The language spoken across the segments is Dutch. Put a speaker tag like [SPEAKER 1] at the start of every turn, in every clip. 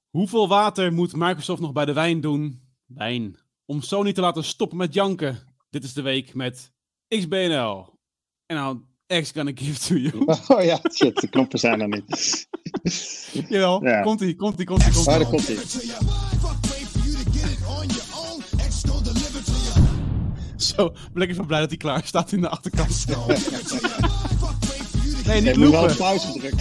[SPEAKER 1] Hoeveel water moet Microsoft nog bij de wijn doen? Wijn. Om Sony te laten stoppen met janken. Dit is de week met XBNL. En nou, X gonna give to you.
[SPEAKER 2] Oh ja, shit, de knoppen zijn er niet.
[SPEAKER 1] Jawel,
[SPEAKER 2] Ja.
[SPEAKER 1] komt-ie.
[SPEAKER 2] Oh, daar komt hij.
[SPEAKER 1] Zo, ben ik even blij dat hij klaar staat in de achterkant. Nee,
[SPEAKER 2] Ik
[SPEAKER 1] niet
[SPEAKER 2] moet wel
[SPEAKER 1] lopen.
[SPEAKER 2] op pauze drukken.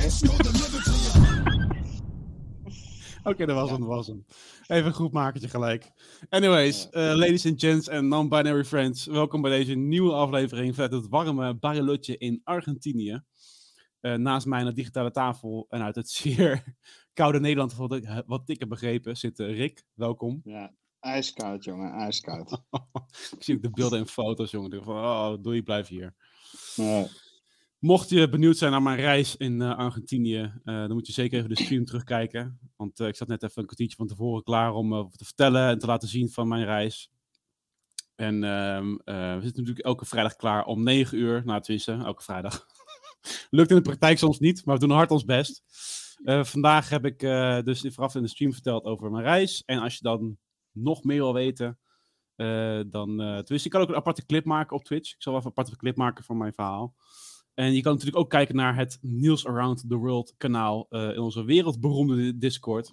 [SPEAKER 1] Oké, dat was hem. Even een groepmakertje gelijk. Anyways, ladies and gents en non-binary friends. Welkom bij deze nieuwe aflevering vanuit het warme Bariloche in Argentinië. Naast mij aan de digitale tafel en uit het zeer koude Nederland, wat ik heb begrepen, zit Rick. Welkom.
[SPEAKER 2] Ja, ijskoud, jongen, ijskoud.
[SPEAKER 1] Ik zie ook de beelden en foto's, jongen. Ik denk van, oh, doei, blijf hier.
[SPEAKER 2] Ja.
[SPEAKER 1] Mocht je benieuwd zijn naar mijn reis in Argentinië, dan moet je zeker even de stream terugkijken. Want ik zat net even een kwartiertje van tevoren klaar om te vertellen en te laten zien van mijn reis. En we zitten natuurlijk elke vrijdag klaar om 9 uur. Nou, tenminste, elke vrijdag. Lukt in de praktijk soms niet, maar we doen hard ons best. Vandaag heb ik dus vooraf in de stream verteld over mijn reis. En als je dan nog meer wil weten, tenminste, je kan ook een aparte clip maken op Twitch. Ik zal wel even een aparte clip maken van mijn verhaal. En je kan natuurlijk ook kijken naar het News Around the World kanaal in onze wereldberoemde Discord.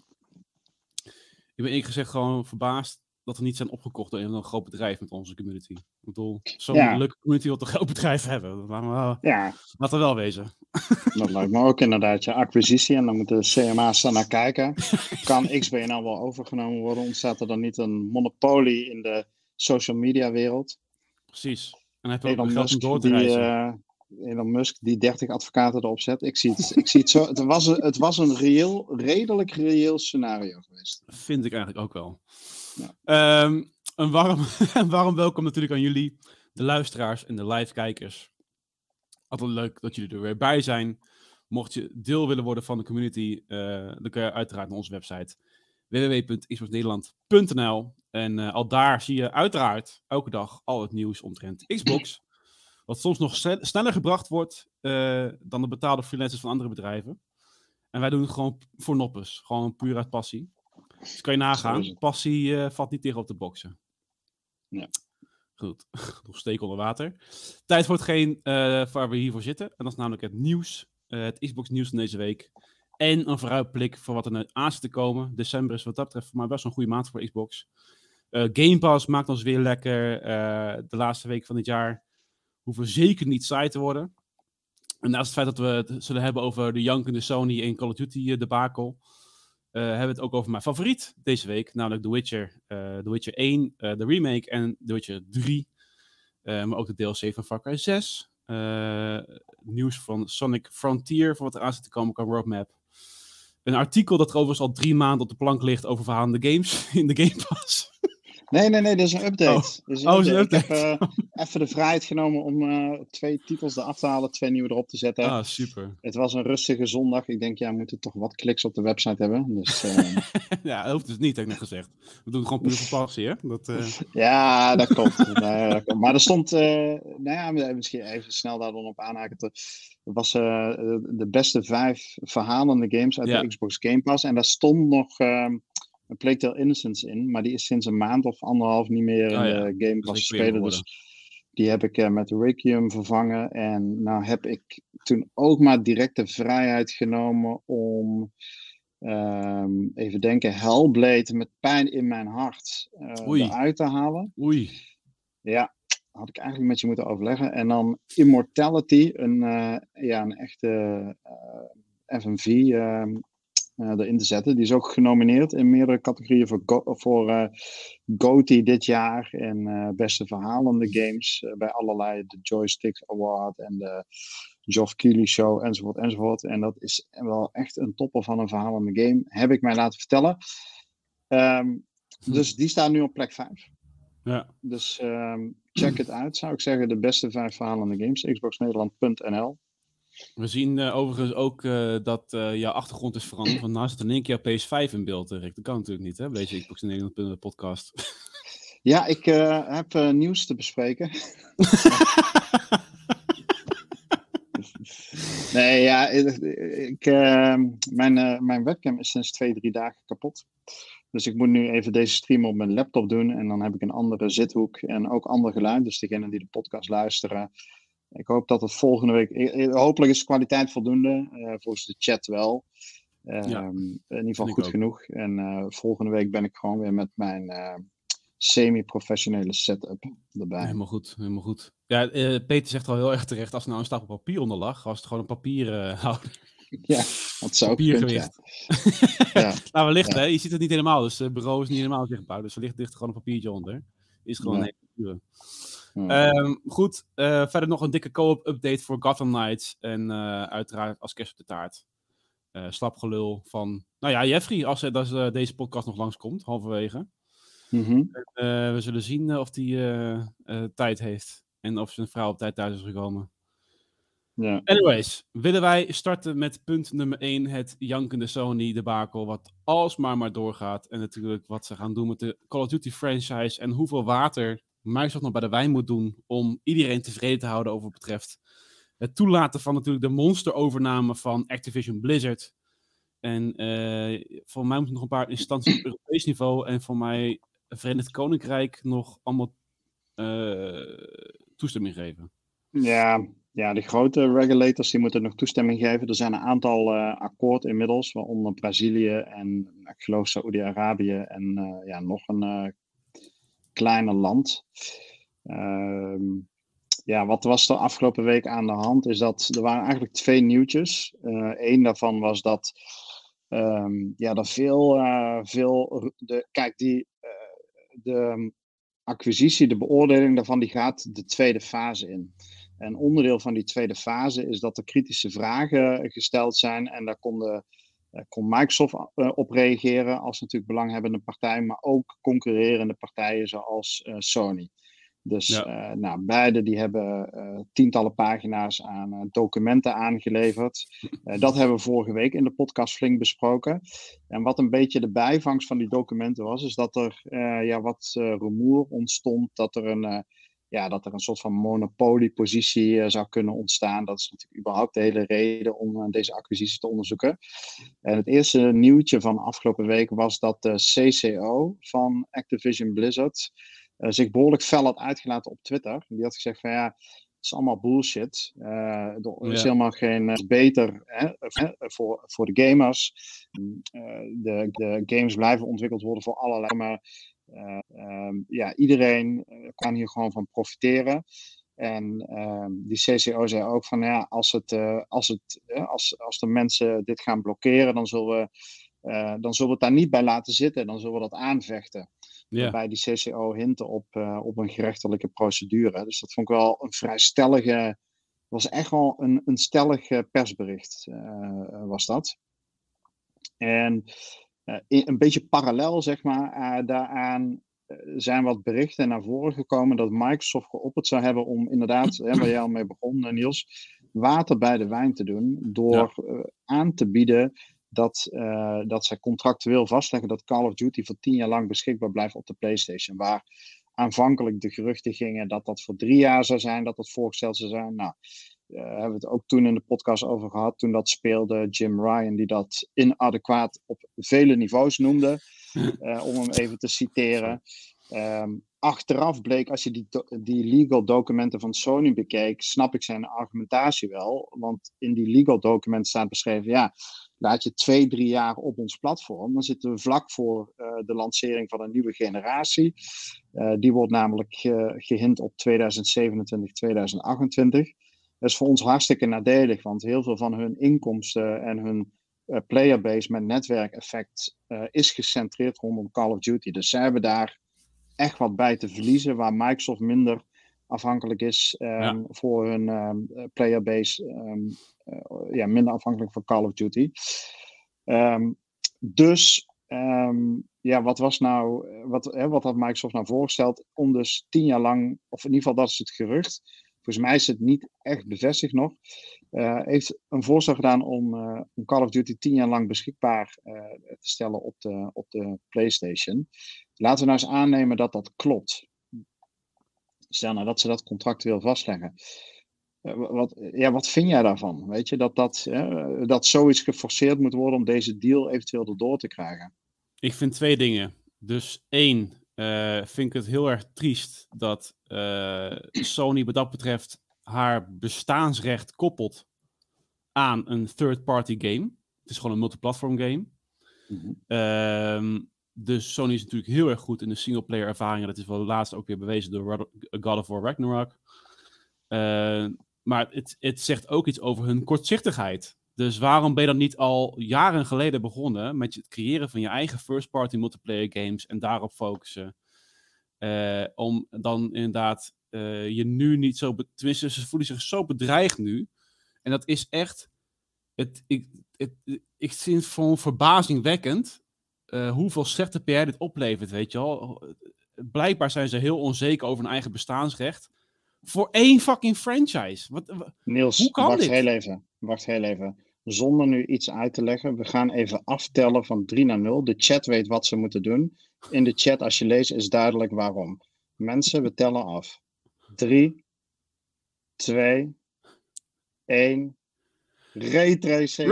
[SPEAKER 1] Ik ben eerlijk gezegd gewoon verbaasd dat we niet zijn opgekocht door een groot bedrijf met onze community. Ik bedoel, zo'n leuke community wil toch een groot bedrijf hebben? Laat er wel wezen.
[SPEAKER 2] Dat lijkt me ook inderdaad je acquisitie. En dan moeten de CMA's daar naar kijken. Kan XBNL wel overgenomen worden? Ontstaat er dan niet een monopolie in de social media wereld?
[SPEAKER 1] Precies. En dan heb je ook geld om door te reizen.
[SPEAKER 2] Elon Musk die 30 advocaten erop zet. Ik zie het zo. Het was een redelijk reëel scenario geweest.
[SPEAKER 1] Vind ik eigenlijk ook wel.
[SPEAKER 2] Ja.
[SPEAKER 1] Een warm welkom natuurlijk aan jullie, de luisteraars en de live-kijkers. Altijd leuk dat jullie er weer bij zijn. Mocht je deel willen worden van de community, dan kun je uiteraard naar onze website www.xboxnederland.nl. En al daar zie je uiteraard elke dag al het nieuws omtrent Xbox. Wat soms nog sneller gebracht wordt dan de betaalde freelancers van andere bedrijven. En wij doen het gewoon voor noppes. Gewoon puur uit passie. Dus kan je nagaan. Passie valt niet tegen op te boksen.
[SPEAKER 2] Ja.
[SPEAKER 1] Goed. Nog steek onder water. Tijd voor hetgeen waar we hiervoor zitten. En dat is namelijk het nieuws. Het Xbox nieuws van deze week. En een vooruitblik voor wat er nu aan zit te komen. December is wat dat betreft voor mij best een goede maand voor Xbox. Game Pass maakt ons weer lekker. De laatste week van dit jaar hoeven zeker niet saai te worden. En naast het feit dat we het zullen hebben over de jankende Sony en Call of Duty debakel, hebben we het ook over mijn favoriet deze week, namelijk The Witcher 1, de remake en The Witcher 3. Maar ook de DLC van Far Cry 6. Nieuws van Sonic Frontier, voor wat er aan zit te komen qua roadmap. Een artikel dat er overigens al 3 maanden op de plank ligt over verhalende games in de Game Pass.
[SPEAKER 2] Nee, dit is een update.
[SPEAKER 1] Is een update.
[SPEAKER 2] Ik heb even de vrijheid genomen om 2 titels eraf te halen, 2 nieuwe erop te zetten.
[SPEAKER 1] Ah, super.
[SPEAKER 2] Het was een rustige zondag. Ik denk, we moeten toch wat kliks op de website hebben. Dus,
[SPEAKER 1] ja, dat hoeft dus niet, heb ik net gezegd. We doen het gewoon puur voor passie, hè?
[SPEAKER 2] Ja, dat klopt. Maar er stond, misschien even snel daar dan op aanhaken. Het was de beste 5 verhalende games uit de Xbox Game Pass. En daar stond nog een Plague Tale Innocence in, maar die is sinds een maand of 1,5 niet meer in de Game Pass te spelen. Dus die heb ik met Requiem vervangen. En nou heb ik toen ook maar direct de vrijheid genomen om, even denken, Hellblade met pijn in mijn hart eruit te halen.
[SPEAKER 1] Oei.
[SPEAKER 2] Ja, had ik eigenlijk met je moeten overleggen. En dan Immortality, een echte FMV erin te zetten. Die is ook genomineerd in meerdere categorieën voor GOTY dit jaar. En beste verhalende games bij allerlei. De Joysticks Award en de Geoff Keighley Show enzovoort. En dat is wel echt een topper van een verhalende game. Heb ik mij laten vertellen. Dus die staat nu op plek 5.
[SPEAKER 1] Ja.
[SPEAKER 2] Dus check het uit, zou ik zeggen. De beste 5 verhalende games. xboxnederland.nl.
[SPEAKER 1] We zien overigens ook dat jouw achtergrond is veranderd. Want nou zit er in één keer PS5 in beeld, Rick. Dat kan natuurlijk niet, hè? Deze Xbox in Nederland podcast.
[SPEAKER 2] Ja, ik heb nieuws te bespreken. Nee, ja, mijn webcam is sinds 2-3 dagen kapot. Dus ik moet nu even deze stream op mijn laptop doen. En dan heb ik een andere zithoek en ook ander geluid. Dus degenen die de podcast luisteren. Ik hoop dat het volgende week... Hopelijk is de kwaliteit voldoende. Volgens de chat wel. In ieder geval goed genoeg. En volgende week ben ik gewoon weer met mijn semi-professionele setup erbij.
[SPEAKER 1] Helemaal goed, helemaal goed. Ja, Peter zegt al heel erg terecht, als er nou een stapel papier onder lag, was het gewoon een papier houden.
[SPEAKER 2] Ja, dat zou ook
[SPEAKER 1] papiergewicht.
[SPEAKER 2] Ja.
[SPEAKER 1] Nou, wellicht, hè? Je ziet het niet helemaal, dus het bureau is niet helemaal zichtbaar. Dus wellicht ligt er gewoon een papiertje onder. Is gewoon een hele papier. Goed, verder nog een dikke co-op update voor Gotham Knights. En uiteraard als kerst op de taart. Slap gelul van, nou ja, Jeffrey, als deze podcast nog langskomt, halverwege. We zullen zien of hij tijd heeft. En of zijn vrouw op tijd thuis is gekomen.
[SPEAKER 2] Ja.
[SPEAKER 1] Anyways, willen wij starten met punt nummer 1. Het jankende Sony debakel. Wat alsmaar maar doorgaat. En natuurlijk wat ze gaan doen met de Call of Duty franchise. En hoeveel water Microsoft nog bij de wijn moet doen. Om iedereen tevreden te houden over wat betreft het toelaten van natuurlijk de monsterovername van Activision Blizzard. En voor mij moeten nog een paar instanties op Europees niveau. En voor mij Verenigd Koninkrijk nog allemaal toestemming geven.
[SPEAKER 2] Ja, de grote regulators die moeten nog toestemming geven. Er zijn een aantal akkoorden inmiddels, waaronder Brazilië en ik geloof Saoedi-Arabië en nog een kleiner land. Wat was er afgelopen week aan de hand? Is dat er waren eigenlijk 2 nieuwtjes. Eén daarvan was dat er de acquisitie, de beoordeling daarvan, die gaat de tweede fase in. En onderdeel van die tweede fase is dat er kritische vragen gesteld zijn. En daar kon Microsoft op reageren als natuurlijk belanghebbende partij, maar ook concurrerende partijen zoals Sony. Dus beide die hebben tientallen pagina's aan documenten aangeleverd. Dat hebben we vorige week in de podcast flink besproken. En wat een beetje de bijvangst van die documenten was, is dat er wat rumoer ontstond, dat er een soort van monopoliepositie zou kunnen ontstaan. Dat is natuurlijk überhaupt de hele reden om deze acquisitie te onderzoeken. En het eerste nieuwtje van afgelopen week was dat de CCO van Activision Blizzard zich behoorlijk fel had uitgelaten op Twitter. Die had gezegd van het is allemaal bullshit. Er is helemaal geen beter voor de gamers. De games blijven ontwikkeld worden voor allerlei, maar iedereen kan hier gewoon van profiteren. En die CCO zei ook van als de mensen dit gaan blokkeren, dan zullen we het daar niet bij laten zitten. Dan zullen we dat aanvechten. Waarbij die CCO hintte op een gerechtelijke procedure. Dus dat vond ik wel een vrij stellige. Was echt wel een stellig persbericht, was dat. En een beetje parallel, zeg maar, daaraan zijn wat berichten naar voren gekomen dat Microsoft geopperd zou hebben om inderdaad, waar jij al mee begon, Niels, water bij de wijn te doen door aan te bieden dat zij contractueel vastleggen dat Call of Duty voor 10 jaar lang beschikbaar blijft op de PlayStation. Waar aanvankelijk de geruchten gingen dat dat voor 3 jaar zou zijn, dat dat voorgesteld zou zijn. Nou, hebben we het ook toen in de podcast over gehad. Toen dat speelde, Jim Ryan, die dat inadequaat op vele niveaus noemde. Om hem even te citeren. Achteraf bleek, als je die legal documenten van Sony bekeek, snap ik zijn argumentatie wel. Want in die legal documenten staat beschreven, laat je 2-3 jaar op ons platform. Dan zitten we vlak voor de lancering van een nieuwe generatie. Die wordt namelijk gehint op 2027, 2028. Dat is voor ons hartstikke nadelig, want heel veel van hun inkomsten en hun playerbase met netwerkeffect is gecentreerd rondom Call of Duty. Dus zij hebben daar echt wat bij te verliezen, waar Microsoft minder afhankelijk is voor hun playerbase, minder afhankelijk van Call of Duty. Wat had Microsoft nou voorgesteld om dus 10 jaar lang, of in ieder geval dat is het gerucht, volgens mij is het niet echt bevestigd nog, heeft een voorstel gedaan om Call of Duty 10 jaar lang beschikbaar te stellen op de PlayStation. Laten we nou eens aannemen dat dat klopt. Stel nou dat ze dat contractueel vastleggen. Wat vind jij daarvan? Weet je, dat zoiets geforceerd moet worden om deze deal eventueel erdoor te krijgen?
[SPEAKER 1] Ik vind 2 dingen. Dus 1, vind ik het heel erg triest dat Sony wat dat betreft haar bestaansrecht koppelt aan een third-party game. Het is gewoon een multiplatform game. Dus Sony is natuurlijk heel erg goed in de singleplayer ervaringen. Dat is wel laatst ook weer bewezen door God of War Ragnarok. Maar het zegt ook iets over hun kortzichtigheid. Dus waarom ben je dan niet al jaren geleden begonnen met het creëren van je eigen first-party multiplayer games en daarop focussen? Om dan inderdaad je nu niet zo... Tenminste, ze voelen zich zo bedreigd nu. En dat is echt... Ik vind het gewoon verbazingwekkend hoeveel slechte PR dit oplevert, weet je wel. Blijkbaar zijn ze heel onzeker over hun eigen bestaansrecht. Voor 1 fucking franchise.
[SPEAKER 2] Niels,
[SPEAKER 1] hoe kan dit?
[SPEAKER 2] Wacht heel even. Zonder nu iets uit te leggen, we gaan even aftellen van 3 naar 0. De chat weet wat ze moeten doen. In de chat, als je leest, is duidelijk waarom. Mensen, we tellen af. 3, 2, 1... Raytracing.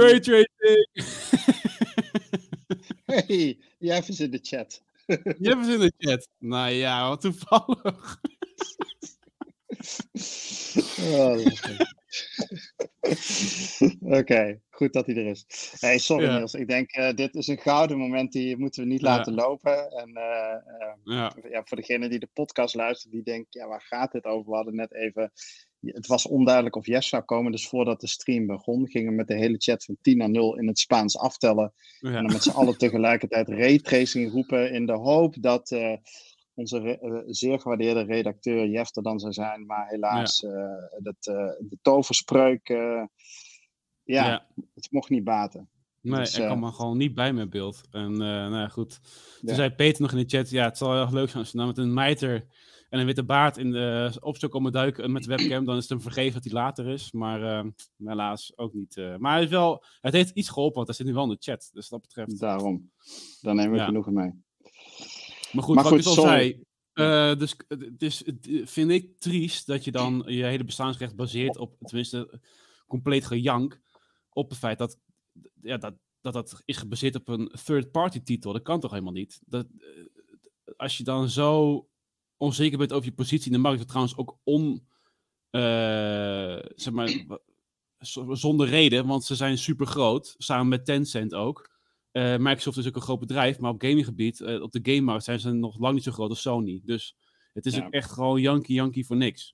[SPEAKER 2] Hey, jij even in de chat.
[SPEAKER 1] Jij even in de chat. Nou ja, wat toevallig.
[SPEAKER 2] Oké, goed dat hij er is. Hey, sorry Niels, ik denk dit is een gouden moment, die moeten we niet laten lopen. En voor degene die de podcast luistert, die denkt, waar gaat dit over? We hadden net even, het was onduidelijk of Yes zou komen, dus voordat de stream begon, gingen we met de hele chat van 10 naar 0 in het Spaans aftellen. En dan met z'n allen tegelijkertijd raytracing roepen in de hoop dat... onze zeer gewaardeerde redacteur Jeff er dan zou zijn, maar helaas de toverspreuk, het mocht niet baten.
[SPEAKER 1] Nee, dus, hij kwam er gewoon niet bij met beeld. En goed. Toen zei Peter nog in de chat, het zal heel erg leuk zijn als je nou met een mijter en een witte baard in de opstok komen duiken met de webcam, dan is het hem vergeven dat hij later is. Maar helaas ook niet. Maar het heeft iets geholpen, want hij zit nu wel in de chat. Dus dat betreft...
[SPEAKER 2] Daarom. Dan nemen we genoegen mee.
[SPEAKER 1] Maar goed, wat ik al zei, dus vind ik triest dat je dan je hele bestaansrecht baseert op, tenminste, compleet gejank, op het feit dat is gebaseerd op een third-party titel. Dat kan toch helemaal niet? Als je dan zo onzeker bent over je positie in de markt, dat trouwens ook zonder reden, want ze zijn super groot, samen met Tencent ook. Microsoft is ook een groot bedrijf, maar op gaminggebied, op de gamemarkt zijn ze nog lang niet zo groot als Sony. Dus het is ook echt gewoon jankie voor niks.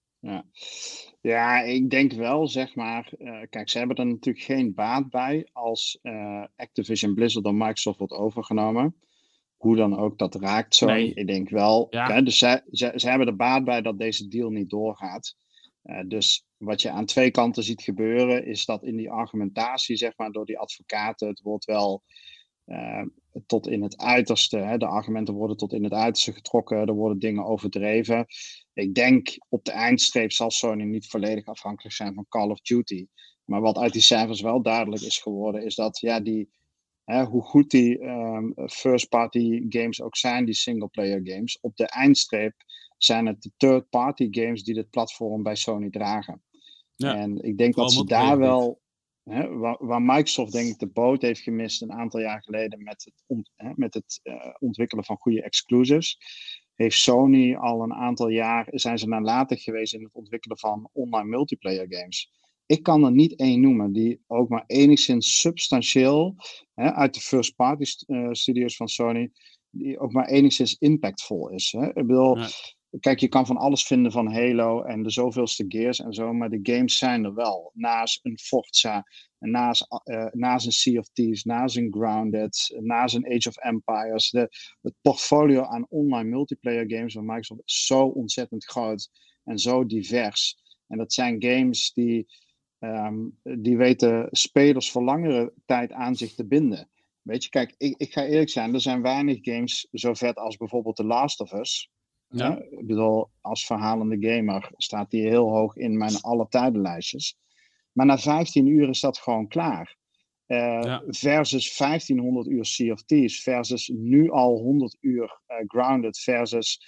[SPEAKER 2] Ja, ik denk wel, zeg maar, kijk, ze hebben er natuurlijk geen baat bij als Activision Blizzard door Microsoft wordt overgenomen. Hoe dan ook, dat raakt Sony. Nee. Ik denk wel, dus ze hebben er baat bij dat deze deal niet doorgaat. Dus wat je aan 2 kanten ziet gebeuren, is dat in die argumentatie, zeg maar, door die advocaten, het wordt wel tot in het uiterste, de argumenten worden tot in het uiterste getrokken, er worden dingen overdreven. Ik denk, op de eindstreep zal Sony niet volledig afhankelijk zijn van Call of Duty. Maar wat uit die cijfers wel duidelijk is geworden, is dat hoe goed die first-party games ook zijn, die single-player games, op de eindstreep zijn het de third-party games die dit platform bij Sony dragen. Ja, en ik denk dat ze daar wel, waar Microsoft denk ik de boot heeft gemist een aantal jaar geleden met het ontwikkelen van goede exclusives, heeft Sony al een aantal jaar, zijn ze nalatig geweest in het ontwikkelen van online multiplayer games. Ik kan er niet één noemen die ook maar enigszins substantieel uit de first-party studios van Sony, die ook maar enigszins impactvol is. Ik bedoel, kijk, je kan van alles vinden van Halo en de zoveelste Gears en zo, maar de games zijn er wel. Naast een Forza, naast een Sea of Thieves, naast een Grounded, naast een Age of Empires. Het portfolio aan online multiplayer games van Microsoft is zo ontzettend groot en zo divers. En dat zijn games die weten spelers voor langere tijd aan zich te binden. Weet je, kijk, ik ga eerlijk zijn, er zijn weinig games zo vet als bijvoorbeeld The Last of Us. Ja. Ik bedoel, als verhalende gamer staat die heel hoog in mijn alle tijdenlijstjes. Maar na 15 uur is dat gewoon klaar. Versus 1500 uur Sea of Thieves, versus nu al 100 uur Grounded, versus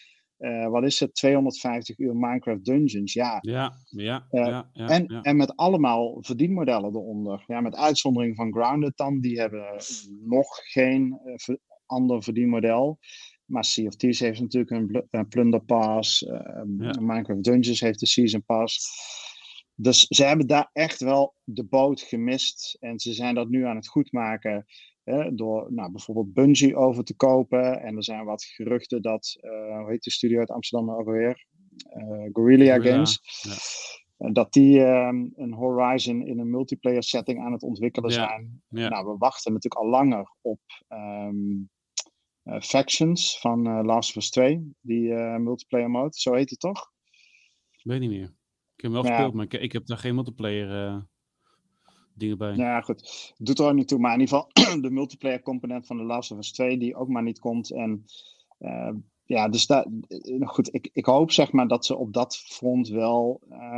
[SPEAKER 2] wat is het, 250 uur Minecraft Dungeons. Ja. En met allemaal verdienmodellen eronder. Ja, met uitzondering van Grounded dan. Die hebben nog geen ander verdienmodel. Maar Sea of Thieves heeft natuurlijk een Plunder Pass. Minecraft Dungeons heeft de Season Pass. Dus ze hebben daar echt wel de boot gemist. En ze zijn dat nu aan het goedmaken. Door bijvoorbeeld Bungie over te kopen. En er zijn wat geruchten dat, hoe heet de studio uit Amsterdam alweer? Guerrilla Games. Ja. Dat die een Horizon in een multiplayer setting aan het ontwikkelen zijn. Ja. Nou, we wachten natuurlijk al langer op Factions van Last of Us 2. Die multiplayer mode, zo heet die toch?
[SPEAKER 1] Weet niet meer. Ik heb hem wel gespeeld, maar ik heb daar geen multiplayer dingen bij.
[SPEAKER 2] Ja, goed. Doet er ook niet toe. Maar in ieder geval de multiplayer component van The Last of Us 2 die ook maar niet komt. En dus daar, goed, ik hoop zeg maar dat ze op dat front wel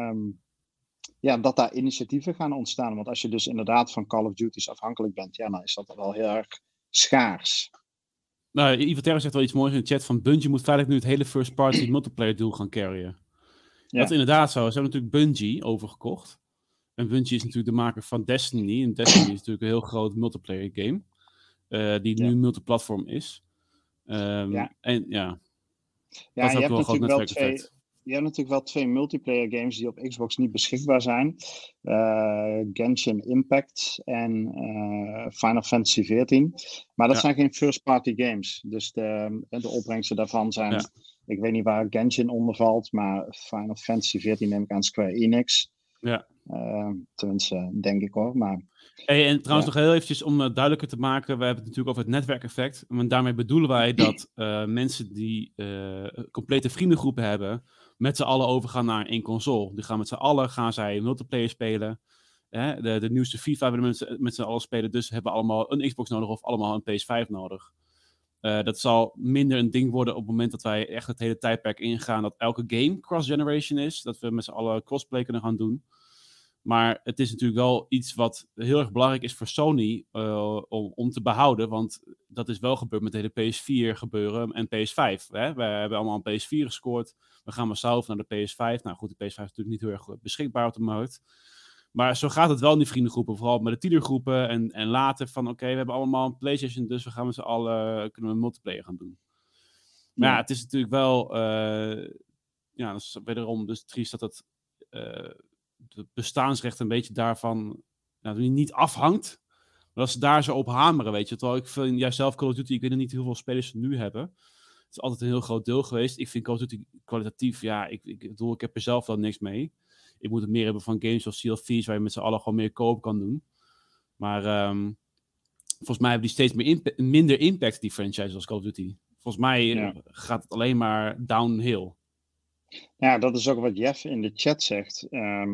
[SPEAKER 2] dat daar initiatieven gaan ontstaan. Want als je dus inderdaad van Call of Duty's afhankelijk bent, dan is dat wel heel erg schaars.
[SPEAKER 1] Nou, Ivo Terra zegt wel iets moois in de chat van Bungie moet feitelijk nu het hele first party multiplayer doel gaan carryen. Ja. Dat is inderdaad zo. Ze hebben natuurlijk Bungie overgekocht. En Bungie is natuurlijk de maker van Destiny. En Destiny is natuurlijk een heel groot multiplayer game. Die nu multiplatform is. En dat is ook wel een groot netwerkeffect.
[SPEAKER 2] Je hebt natuurlijk wel 2 multiplayer games die op Xbox niet beschikbaar zijn. Genshin Impact en Final Fantasy XIV. Maar dat zijn geen first party games. Dus de opbrengsten daarvan zijn... Ja. Ik weet niet waar Genshin onder valt, maar Final Fantasy XIV neem ik aan Square Enix.
[SPEAKER 1] Ja.
[SPEAKER 2] Tenminste, denk ik hoor. Maar,
[SPEAKER 1] en trouwens nog heel eventjes om duidelijker te maken. We hebben het natuurlijk over het netwerkeffect. En daarmee bedoelen wij dat mensen die complete vriendengroepen hebben... met z'n allen overgaan naar één console. Die gaan met z'n allen multiplayer spelen. De nieuwste FIFA willen met z'n allen spelen. Dus hebben allemaal een Xbox nodig of allemaal een PS5 nodig. Dat zal minder een ding worden op het moment dat wij echt het hele tijdperk ingaan. Dat elke game cross-generation is. Dat we met z'n allen crossplay kunnen gaan doen. Maar het is natuurlijk wel iets wat heel erg belangrijk is voor Sony om te behouden. Want dat is wel gebeurd met de hele PS4 gebeuren en PS5. We hebben allemaal een PS4 gescoord. We gaan massaal over naar de PS5. Nou goed, de PS5 is natuurlijk niet heel erg beschikbaar op de markt. Maar zo gaat het wel in die vriendengroepen. Vooral met de tienergroepen. En later van oké, we hebben allemaal een PlayStation. Dus we gaan met z'n allen kunnen we multiplayer gaan doen. Maar ja, het is natuurlijk wel... dat is wederom dus triest dat het bestaansrecht een beetje daarvan niet afhangt. Maar dat ze daar zo op hameren, weet je. Terwijl ik vind, jij zelf Call of Duty, ik weet niet hoeveel spelers ze nu hebben. Het is altijd een heel groot deel geweest. Ik vind Call of Duty kwalitatief, ik heb er zelf wel niks mee. Ik moet het meer hebben van games zoals Sea of Thieves, waar je met z'n allen gewoon meer co-op kan doen. Maar volgens mij hebben die steeds minder impact, die franchises als Call of Duty. Volgens mij gaat het alleen maar downhill.
[SPEAKER 2] Ja, dat is ook wat Jeff in de chat zegt.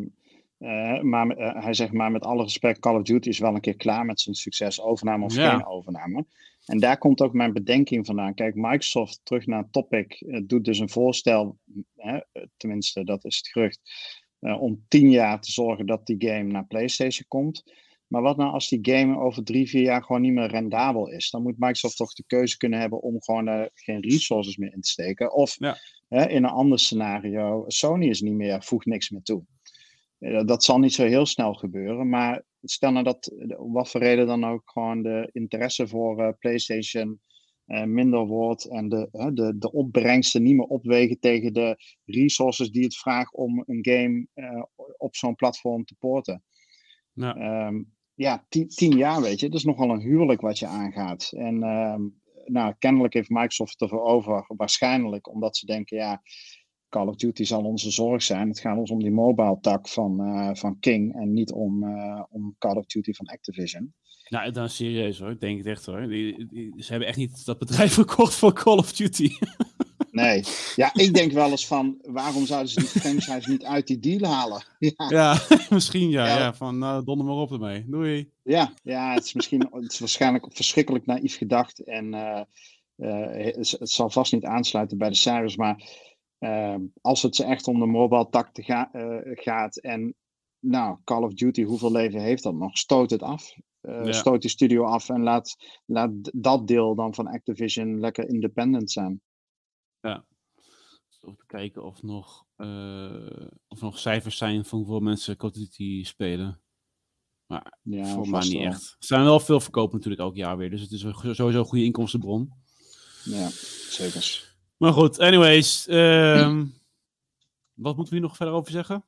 [SPEAKER 2] Hij zegt maar met alle respect, Call of Duty is wel een keer klaar met zijn succes, overname of geen overname. En daar komt ook mijn bedenking vandaan. Kijk, Microsoft, terug naar Topic, doet dus een voorstel, tenminste dat is het gerucht, om 10 jaar te zorgen dat die game naar PlayStation komt. Maar wat nou als die game over 3-4 jaar gewoon niet meer rendabel is? Dan moet Microsoft toch de keuze kunnen hebben om gewoon geen resources meer in te steken. Of in een ander scenario, Sony is niet meer, voegt niks meer toe. Dat zal niet zo heel snel gebeuren, maar stel nou dat, om wat voor reden dan ook, gewoon de interesse voor PlayStation minder wordt en de opbrengsten niet meer opwegen tegen de resources die het vraagt om een game op zo'n platform te porten. Ja. 10 jaar, weet je, dat is nogal een huwelijk wat je aangaat. En kennelijk heeft Microsoft ervoor over, waarschijnlijk, omdat ze denken, Call of Duty zal onze zorg zijn. Het gaat ons om die mobile tak van King en niet om Call of Duty van Activision.
[SPEAKER 1] Nou, dan serieus hoor. Ik denk het echt hoor. Ze hebben echt niet dat bedrijf verkocht voor Call of Duty.
[SPEAKER 2] Nee. Ja, ik denk wel eens van, waarom zouden ze die franchise niet uit die deal halen?
[SPEAKER 1] Ja, misschien van donder maar op ermee. Doei.
[SPEAKER 2] Ja, het is waarschijnlijk verschrikkelijk naïef gedacht. En het zal vast niet aansluiten bij de cijfers, maar als het ze echt om de mobile tak gaat en Call of Duty, hoeveel leven heeft dat nog? Stoot het af. Stoot die studio af en laat dat deel dan van Activision lekker independent zijn.
[SPEAKER 1] Ja. Even kijken of nog cijfers zijn van hoeveel mensen Call of Duty spelen. Maar voor mij niet echt. Er zijn wel veel verkopen natuurlijk elk jaar weer. Dus het is sowieso een goede inkomstenbron.
[SPEAKER 2] Ja, zeker.
[SPEAKER 1] Maar goed, anyways. Wat moeten we hier nog verder over zeggen?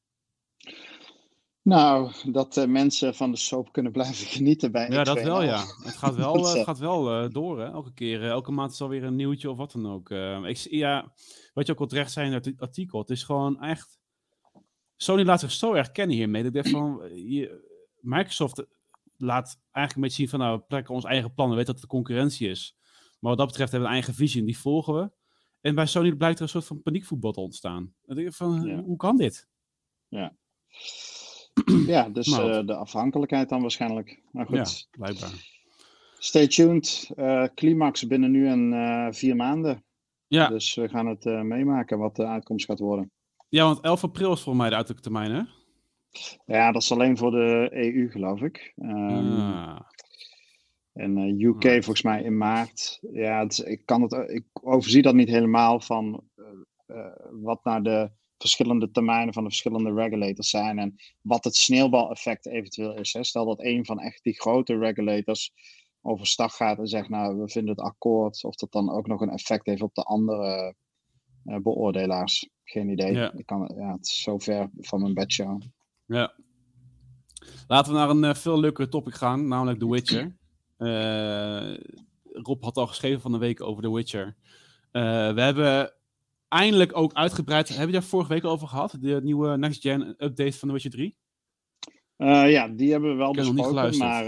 [SPEAKER 2] Nou, dat mensen van de soap kunnen blijven genieten bij
[SPEAKER 1] Ja, dat wel, ja. Het gaat wel door, hè. Elke keer, elke maand is alweer een nieuwtje of wat dan ook. Wat je ook al terecht zei in het artikel, het is gewoon echt... Sony laat zich zo erg kennen hiermee. Dat ik denk van, Microsoft laat eigenlijk een beetje zien van, we trekken ons eigen plannen, we weten dat het concurrentie is. Maar wat dat betreft hebben we een eigen visie en die volgen we. En bij Sony blijkt er een soort van paniekvoetbal te ontstaan. Dan denk ik van, hoe kan dit?
[SPEAKER 2] Ja. Ja, dus de afhankelijkheid dan waarschijnlijk. Maar goed.
[SPEAKER 1] Ja, blijkbaar.
[SPEAKER 2] Stay tuned. Climax binnen nu en 4 maanden. Ja. Dus we gaan het meemaken wat de uitkomst gaat worden.
[SPEAKER 1] Ja, want 11 april is volgens mij de uiterlijke termijn, hè?
[SPEAKER 2] Ja, dat is alleen voor de EU, geloof ik. En UK volgens mij in maart. Ja, ik overzie dat niet helemaal van wat naar de verschillende termijnen van de verschillende regulators zijn en wat het sneeuwbaleffect eventueel is. Hè. Stel dat een van echt die grote regulators overstag gaat en zegt, nou, we vinden het akkoord, of dat dan ook nog een effect heeft op de andere beoordelaars. Geen idee.
[SPEAKER 1] Ja.
[SPEAKER 2] Het is zo ver van mijn bedshow.
[SPEAKER 1] Ja. Laten we naar een veel leukere topic gaan, namelijk The Witcher. Rob had al geschreven van de week over The Witcher. We hebben eindelijk ook uitgebreid... Heb je daar vorige week over gehad? De nieuwe Next Gen update van The Witcher 3?
[SPEAKER 2] Ja, die hebben we wel besproken, maar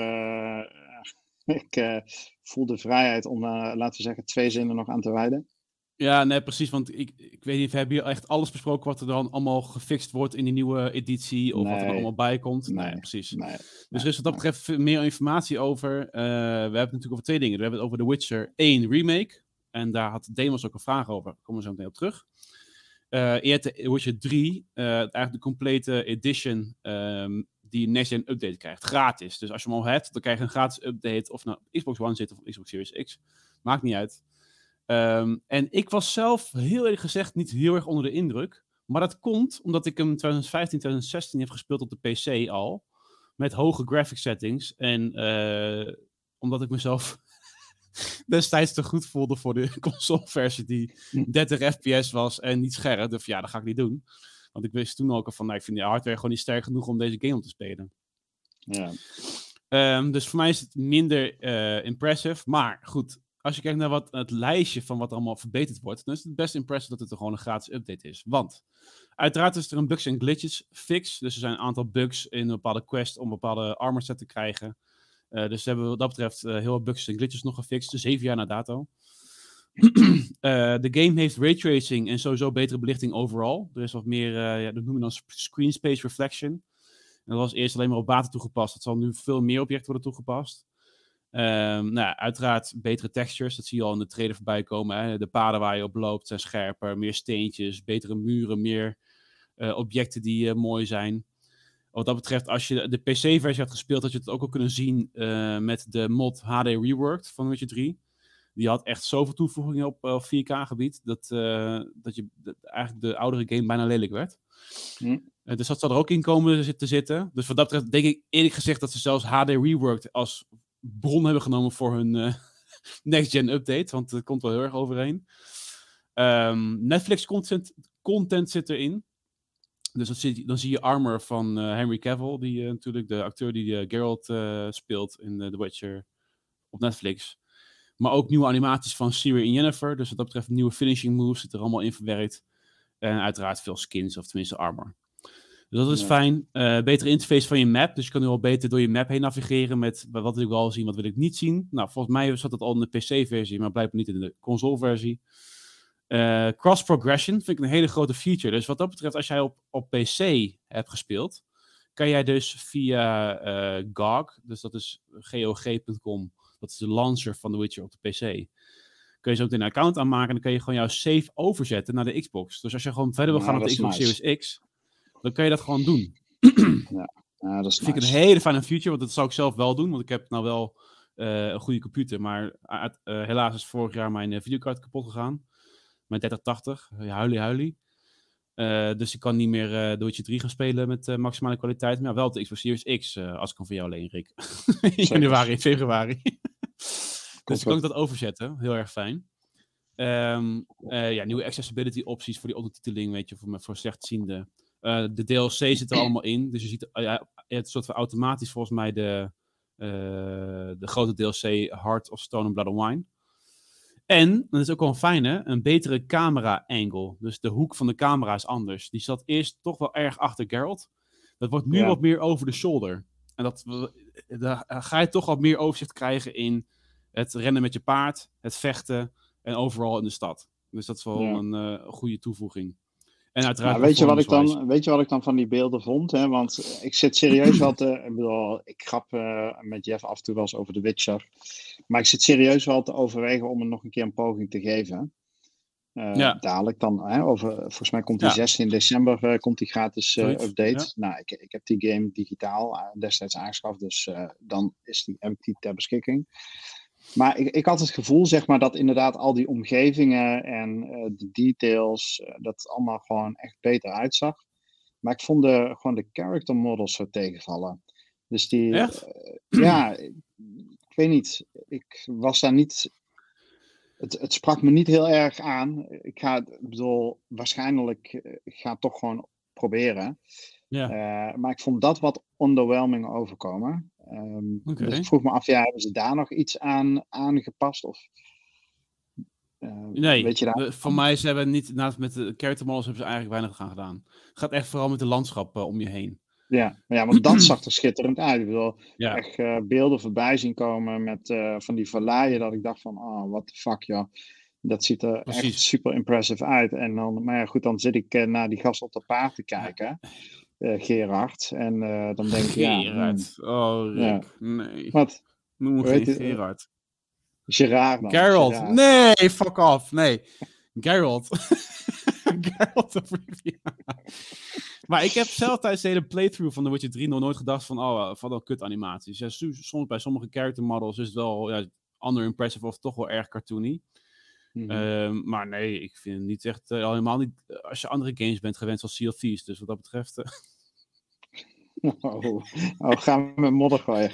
[SPEAKER 2] ik voel de vrijheid om, laten we zeggen, 2 zinnen nog aan te wijden.
[SPEAKER 1] Ja, nee, precies, want ik weet niet, we hebben hier echt alles besproken wat er dan allemaal gefixt wordt in die nieuwe editie, of wat er allemaal bij komt. Nee, precies. Dus er is wat dat betreft meer informatie over. We hebben het natuurlijk over 2 dingen. We hebben het over The Witcher 1 Remake, en daar had Demos ook een vraag over. Daar komen we zo meteen op terug. Eerder The Witcher 3, eigenlijk de complete edition die Next Gen update krijgt, gratis. Dus als je hem al hebt, dan krijg je een gratis update, of nou Xbox One zit of Xbox Series X. Maakt niet uit. En ik was zelf, heel eerlijk gezegd, niet heel erg onder de indruk. Maar dat komt omdat ik hem 2015, 2016 heb gespeeld op de PC al. Met hoge graphic settings. En omdat ik mezelf destijds te goed voelde voor de consoleversie die 30 fps was en niet scherp. Dus ja, dat ga ik niet doen. Want ik wist toen ook al van, nou, ik vind de hardware gewoon niet sterk genoeg om deze game op te spelen.
[SPEAKER 2] Ja.
[SPEAKER 1] Dus voor mij is het minder impressive. Maar goed, als je kijkt naar het lijstje van wat er allemaal verbeterd wordt, dan is het best impressive dat het er gewoon een gratis update is. Want uiteraard is er een bugs en glitches fix. Dus er zijn een aantal bugs in een bepaalde quest om een bepaalde armor set te krijgen. Dus ze hebben wat dat betreft heel veel bugs en glitches nog gefixt. 7 jaar na dato. De game heeft raytracing en sowieso betere belichting overal. Er is wat meer, dat noemen we dan screen space reflection. En dat was eerst alleen maar op water toegepast. Dat zal nu veel meer objecten worden toegepast. Uiteraard betere textures, dat zie je al in de trailer voorbij komen. Hè? De paden waar je op loopt zijn scherper, meer steentjes, betere muren, meer objecten die mooi zijn. Wat dat betreft, als je de PC-versie had gespeeld, had je het ook al kunnen zien met de mod HD Reworked van Witcher 3. Die had echt zoveel toevoegingen op 4K-gebied, dat eigenlijk de oudere game bijna lelijk werd. Dus dat zal er ook in komen te zitten. Dus wat dat betreft denk ik eerlijk gezegd dat ze zelfs HD Reworked als bron hebben genomen voor hun next-gen update, want het komt wel heel erg overeen. Netflix content zit erin. Dus dan zie je armor van Henry Cavill, die natuurlijk de acteur die Geralt speelt in The Witcher op Netflix. Maar ook nieuwe animaties van Ciri en Yennefer. Dus wat dat betreft nieuwe finishing moves zit er allemaal in verwerkt. En uiteraard veel skins, of tenminste armor. Dus dat is fijn. Betere interface van je map. Dus je kan nu al beter door je map heen navigeren met wat wil ik wel zien, wat wil ik niet zien. Nou, volgens mij zat dat al in de PC-versie, maar blijkbaar niet in de console-versie. Cross-progression vind ik een hele grote feature. Dus wat dat betreft, als jij op PC hebt gespeeld, kan jij dus via GOG, dus dat is GOG.com, dat is de launcher van The Witcher op de PC, kun je zo meteen een account aanmaken en dan kan je gewoon jouw save overzetten naar de Xbox. Dus als je gewoon verder wil gaan op de Xbox Series X, dan kan je dat gewoon doen.
[SPEAKER 2] Dat is
[SPEAKER 1] vind ik een hele fijne feature, want dat zou ik zelf wel doen, want ik heb nou wel een goede computer, maar helaas is vorig jaar mijn videokaart kapot gegaan. Mijn 3080, huilie. Dus ik kan niet meer The Witcher 3 gaan spelen met maximale kwaliteit. Maar wel de Xbox Series X, als ik hem van jou alleen, Rick. In januari en februari. Dus dan kan ik dat overzetten. Heel erg fijn. Nieuwe accessibility opties voor die ondertiteling, weet je, voor slechtzienden. De DLC zit er allemaal in. Dus je ziet het soort van automatisch volgens mij de grote DLC Heart of Stone and Blood and Wine. En, dat is ook wel een fijne, een betere camera-angle. Dus de hoek van de camera is anders. Die zat eerst toch wel erg achter Geralt. Dat wordt nu wat meer over de shoulder. En daar ga je toch wat meer overzicht krijgen in het rennen met je paard, het vechten en overal in de stad. Dus dat is wel een goede toevoeging. En uiteraard
[SPEAKER 2] weet je wat ik dan van die beelden vond? Hè? Want ik zit serieus wel ik grap met Jeff af en toe wel eens over The Witcher. Maar ik zit serieus wel te overwegen om er nog een keer een poging te geven. Dadelijk dan. Volgens mij komt die 16 december komt die gratis update. Ja. Nou, ik heb die game digitaal destijds aangeschaft. Dus dan is die empty ter beschikking. Maar ik had het gevoel, zeg maar, dat inderdaad al die omgevingen en de details, dat het allemaal gewoon echt beter uitzag. Maar ik vond gewoon de character models zo tegenvallen. Dus die, ik weet niet, ik was daar niet, het sprak me niet heel erg aan. Waarschijnlijk ga het toch gewoon proberen. Ja. Maar ik vond dat wat underwhelming overkomen. Dus ik vroeg me af, hebben ze daar nog iets aan aangepast? Of,
[SPEAKER 1] nee,
[SPEAKER 2] weet je daar?
[SPEAKER 1] Voor mij ze hebben niet, met de character models hebben ze eigenlijk weinig aan gedaan. Het gaat echt vooral met de landschap om je heen.
[SPEAKER 2] Ja, want dat zag er schitterend uit. Ik bedoel, echt beelden voorbij zien komen met van die valleien, dat ik dacht van, what the fuck, joh. Dat ziet er echt super impressive uit. En dan, maar ja, goed, dan zit ik naar die gast op de paard te kijken. Gerard. En dan denk ik,
[SPEAKER 1] Gerard. Oh, Rick. Nee.
[SPEAKER 2] Wat?
[SPEAKER 1] Noem me geen Gerard.
[SPEAKER 2] Gerard dan.
[SPEAKER 1] Geralt.
[SPEAKER 2] Gerard.
[SPEAKER 1] Nee, fuck off. Nee. Geralt. Geralt of Rivia. Maar ik heb zelf tijdens de hele playthrough van The Witcher 3 nog nooit gedacht van, wat een kut animaties. Ja, soms bij sommige character models is het wel under-impressive of toch wel erg cartoony. Mm-hmm. Maar nee, ik vind het niet echt, helemaal niet, als je andere games bent gewend zoals Sea of Thieves, dus wat dat betreft...
[SPEAKER 2] Gaan we met modder gooien,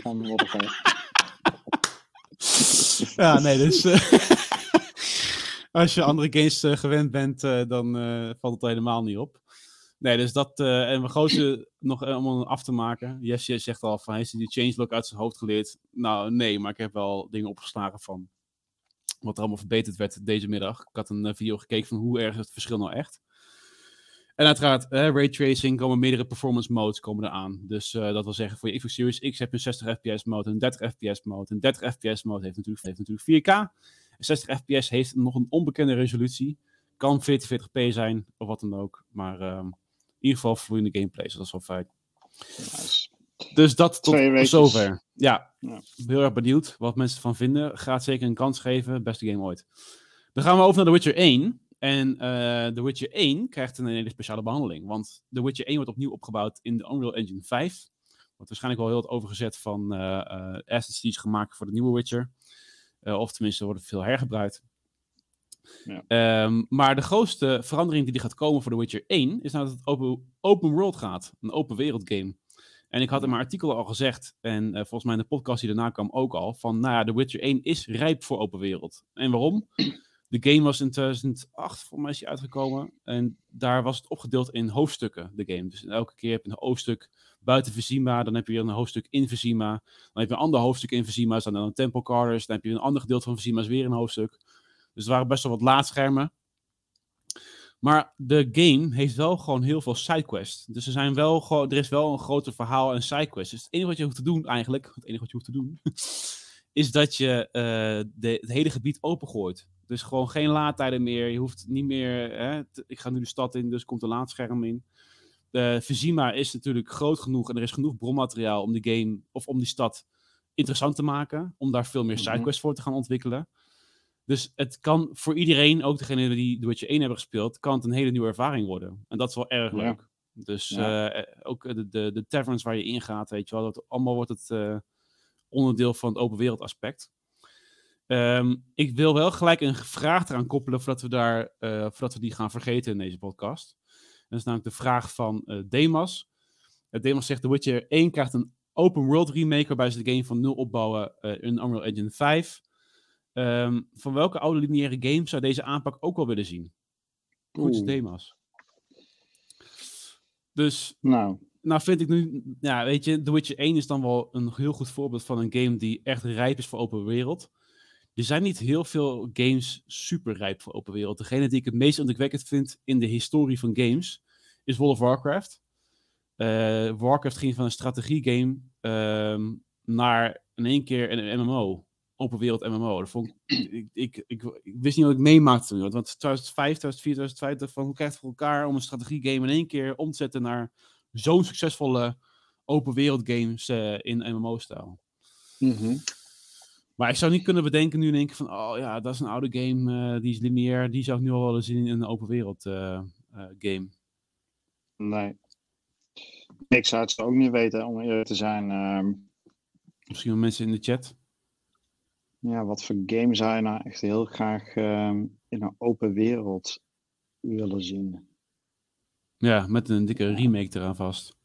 [SPEAKER 1] Ja, nee, dus... als je andere games gewend bent, dan valt het helemaal niet op. Nee, dus dat... en mijn grootste, nog om hem af te maken... Jesse zegt al van, heeft hij die changelog uit zijn hoofd geleerd? Nou, nee, maar ik heb wel dingen opgeslagen van... wat er allemaal verbeterd werd deze middag. Ik had een video gekeken van hoe erg is het verschil nou echt. En uiteraard, raytracing, komen meerdere performance modes komen eraan. Dus dat wil zeggen, voor je Xbox Series X heb je een 60 fps mode, een 30 fps mode. Een 30 fps mode heeft natuurlijk 4K. Een 60 fps heeft nog een onbekende resolutie. Kan 1440p zijn, of wat dan ook. Maar in ieder geval vloeiende gameplay, dus dat is wel fijn.
[SPEAKER 2] Nice.
[SPEAKER 1] Dus dat tot zover. Ja, heel erg benieuwd wat mensen ervan vinden. Gaat zeker een kans geven. Beste game ooit. Dan gaan we over naar The Witcher 1. En The Witcher 1 krijgt een hele speciale behandeling. Want The Witcher 1 wordt opnieuw opgebouwd in de Unreal Engine 5. Wordt waarschijnlijk wel heel wat overgezet van assets die is gemaakt voor de nieuwe Witcher. Of tenminste worden veel hergebruikt. Ja. Maar de grootste verandering die gaat komen voor The Witcher 1 is nou dat het open world gaat. Een open wereld game. En ik had in mijn artikel al gezegd, en volgens mij in de podcast die daarna kwam ook al, van The Witcher 1 is rijp voor open wereld. En waarom? De game was in 2008, volgens mij is die uitgekomen. En daar was het opgedeeld in hoofdstukken, de game. Dus elke keer heb je een hoofdstuk buiten Vizima, dan heb je een hoofdstuk in Vizima. Dan heb je een ander hoofdstuk in Vizima, dan een Temple Carders. Dan heb je een ander gedeelte van Vizima, is weer een hoofdstuk. Dus er waren best wel wat laadschermen. Maar de game heeft wel gewoon heel veel sidequests. Dus er is wel een groter verhaal en sidequests. Dus het enige wat je hoeft te doen eigenlijk, is dat je het hele gebied opengooit. Dus gewoon geen laadtijden meer. Je hoeft niet meer... ik ga nu de stad in, dus komt een laadscherm in. Vizima is natuurlijk groot genoeg en er is genoeg bronmateriaal om die game of om die stad interessant te maken. Om daar veel meer sidequests voor te gaan ontwikkelen. Dus het kan voor iedereen, ook degene die The Witcher 1 hebben gespeeld, kan het een hele nieuwe ervaring worden. En dat is wel erg leuk. Dus ook de taverns waar je ingaat, weet je wel, allemaal wordt het onderdeel van het open wereld aspect. Ik wil wel gelijk een vraag eraan koppelen voordat we die gaan vergeten in deze podcast. Dat is namelijk de vraag van Demas. Demas zegt: The Witcher 1 krijgt een open world remake waarbij ze de game van nul opbouwen in Unreal Engine 5. Van welke oude lineaire game zou deze aanpak ook wel willen zien? Goed, Demas. Dus, nou vind ik nu... Ja, weet je, The Witcher 1 is dan wel een heel goed voorbeeld van een game die echt rijp is voor open wereld. Er zijn niet heel veel games super rijp voor open wereld. Degene die ik het meest indrukwekkend vind in de historie van games is World of Warcraft. Warcraft ging van een strategiegame naar in één keer een MMO. Open wereld MMO. Dat vond ik wist niet wat ik meemaakte toen. Want 2005, 2004, 2005, hoe krijg je het voor elkaar om een strategiegame in één keer om te zetten naar zo'n succesvolle open wereld games in MMO-stijl.
[SPEAKER 2] Mm-hmm.
[SPEAKER 1] Maar ik zou niet kunnen bedenken nu in één keer van, oh ja, dat is een oude game, die is lineair, die zou ik nu al willen zien in een open wereld game.
[SPEAKER 2] Nee. Ik zou het zo ook niet weten, om eerlijk te zijn.
[SPEAKER 1] Misschien wel mensen in de chat.
[SPEAKER 2] Ja, wat voor game zou je nou echt heel graag in een open wereld willen zien?
[SPEAKER 1] Ja, met een dikke remake eraan vast.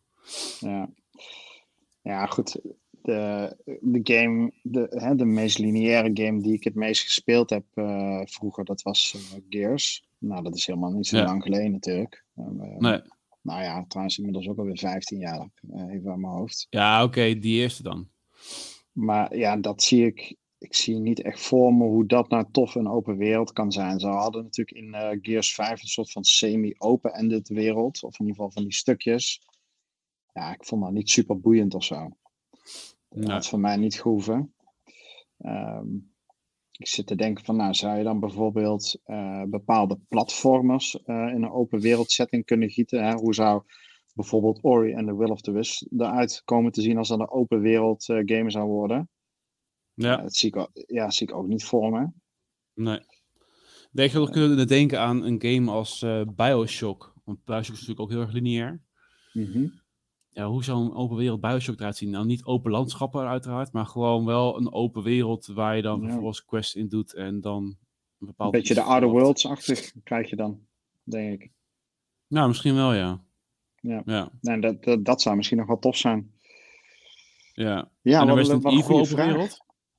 [SPEAKER 2] Ja, goed. De game, de meest lineaire game die ik het meest gespeeld heb vroeger, dat was Gears. Nou, dat is helemaal niet zo lang geleden natuurlijk.
[SPEAKER 1] Nee.
[SPEAKER 2] Nou ja, trouwens inmiddels ook alweer 15 jaar, even aan mijn hoofd.
[SPEAKER 1] Ja, oké, die eerste dan.
[SPEAKER 2] Maar ja, dat zie ik zie niet echt voor me hoe dat nou tof een open wereld kan zijn. Ze hadden natuurlijk in Gears 5 een soort van semi-open-ended wereld. Of in ieder geval van die stukjes. Ja, ik vond dat niet super boeiend of zo. Dat had voor mij niet gehoeven. Ik zit te denken van, nou, zou je dan bijvoorbeeld bepaalde platformers in een open wereld setting kunnen gieten? Hè? Hoe zou bijvoorbeeld Ori and the Will of the Wisps eruit komen te zien als dat een open wereld game zou worden?
[SPEAKER 1] Ja.
[SPEAKER 2] Dat zie ik ook niet voor me.
[SPEAKER 1] Nee. Ik zou kunnen denken aan een game als BioShock. Want BioShock is natuurlijk ook heel erg lineair.
[SPEAKER 2] Mm-hmm.
[SPEAKER 1] Ja, hoe zou een open wereld BioShock eruit zien? Nou, niet open landschappen uiteraard, maar gewoon wel een open wereld waar je dan vervolgens quests in doet en dan een bepaald...
[SPEAKER 2] Een beetje de Outer Worlds-achtig krijg je dan, denk ik.
[SPEAKER 1] Nou, misschien wel, ja.
[SPEAKER 2] Nee, dat zou misschien nog wel tof zijn.
[SPEAKER 1] Ja, en dan Resident Evil open wereld.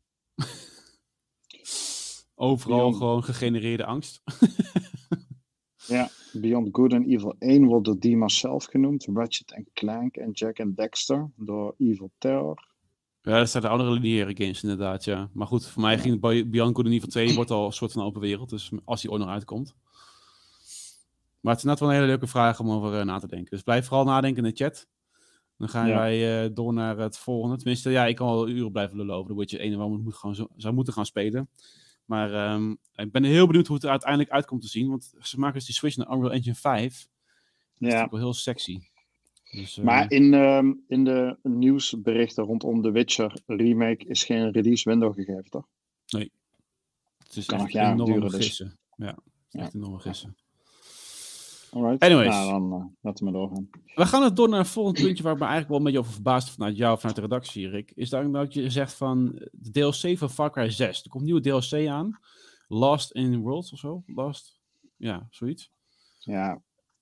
[SPEAKER 1] Overal gewoon gegenereerde angst.
[SPEAKER 2] Ja, Beyond Good and Evil 1 wordt door Demas zelf genoemd. Ratchet Clank en Jack and Dexter door Evil Terror.
[SPEAKER 1] Ja, dat zijn de andere lineaire games inderdaad, ja. Maar goed, voor mij ging Beyond Good and Evil 2 wordt al een soort van open wereld. Dus als die ooit nog uitkomt. Maar het is net wel een hele leuke vraag om over na te denken. Dus blijf vooral nadenken in de chat. Dan gaan wij door naar het volgende. Tenminste, ja, ik kan wel uren blijven lullen over de Witcher 1 en waarom het zou moeten gaan spelen. Maar ik ben heel benieuwd hoe het er uiteindelijk uitkomt te zien. Want ze maken dus die switch naar Unreal Engine 5. Dat is natuurlijk wel heel sexy. Dus,
[SPEAKER 2] maar in de nieuwsberichten rondom de Witcher remake is geen release window gegeven, toch?
[SPEAKER 1] Nee. Het is
[SPEAKER 2] kan
[SPEAKER 1] echt enorm gissen. Ja, het is echt enorm gissen.
[SPEAKER 2] Alright.
[SPEAKER 1] Anyways.
[SPEAKER 2] Nou, dan laten we doorgaan.
[SPEAKER 1] We gaan het door naar een volgend puntje waar ik me eigenlijk wel een beetje over verbaasd vanuit jou, vanuit de redactie, Rick. Is dat je zegt van de DLC van Far Cry 6. Er komt nieuwe DLC aan. Lost in Worlds of zo? Ja, zoiets.
[SPEAKER 2] Ja.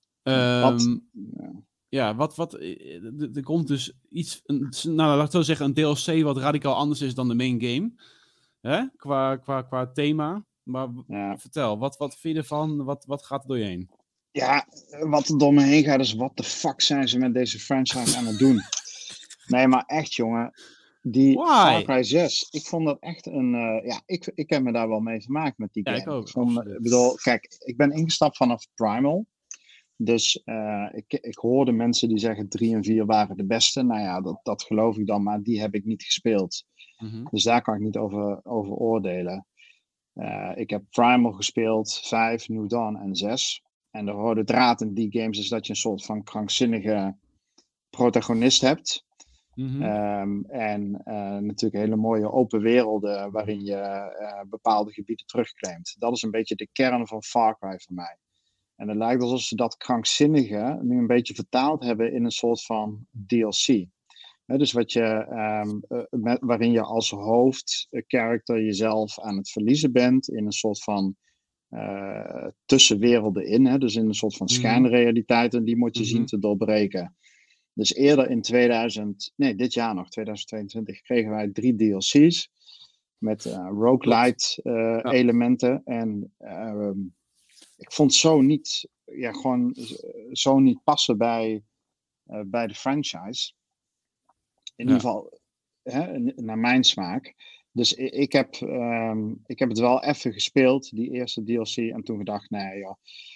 [SPEAKER 1] Er komt dus iets, laat ik zo zeggen, een DLC wat radicaal anders is dan de main game. Hè? Qua thema. Maar vertel, wat vind je ervan? Wat gaat er door je heen?
[SPEAKER 2] Ja, wat er door me heen gaat is, wat de fuck zijn ze met deze franchise aan het doen? Nee, maar echt, jongen. Die Far Cry 6, ik vond dat echt een... ik heb me daar wel mee vermaakt met die game.
[SPEAKER 1] Ik ook.
[SPEAKER 2] Ik bedoel, kijk, ik ben ingestapt vanaf Primal. Dus ik hoorde mensen die zeggen 3 en 4 waren de beste. Nou ja, dat geloof ik dan, maar die heb ik niet gespeeld.
[SPEAKER 1] Mm-hmm.
[SPEAKER 2] Dus daar kan ik niet over oordelen. Ik heb Primal gespeeld, 5, New Dawn en 6. En de rode draad in die games is dat je een soort van krankzinnige protagonist hebt.
[SPEAKER 1] Mm-hmm.
[SPEAKER 2] En natuurlijk hele mooie open werelden waarin je bepaalde gebieden terugclaimt. Dat is een beetje de kern van Far Cry voor mij. En het lijkt alsof ze dat krankzinnige nu een beetje vertaald hebben in een soort van DLC. Dus wat je, waarin je als hoofdcharacter jezelf aan het verliezen bent in een soort van tussenwerelden in. Dus in een soort van schijnrealiteit en die moet je zien te doorbreken. Dus eerder in dit jaar nog, 2022, kregen wij 3 DLC's met roguelite elementen. En ik vond zo niet, zo niet passen bij de franchise. In ieder geval, naar mijn smaak. Dus ik heb het wel even gespeeld, die eerste DLC, en toen gedacht, nee joh,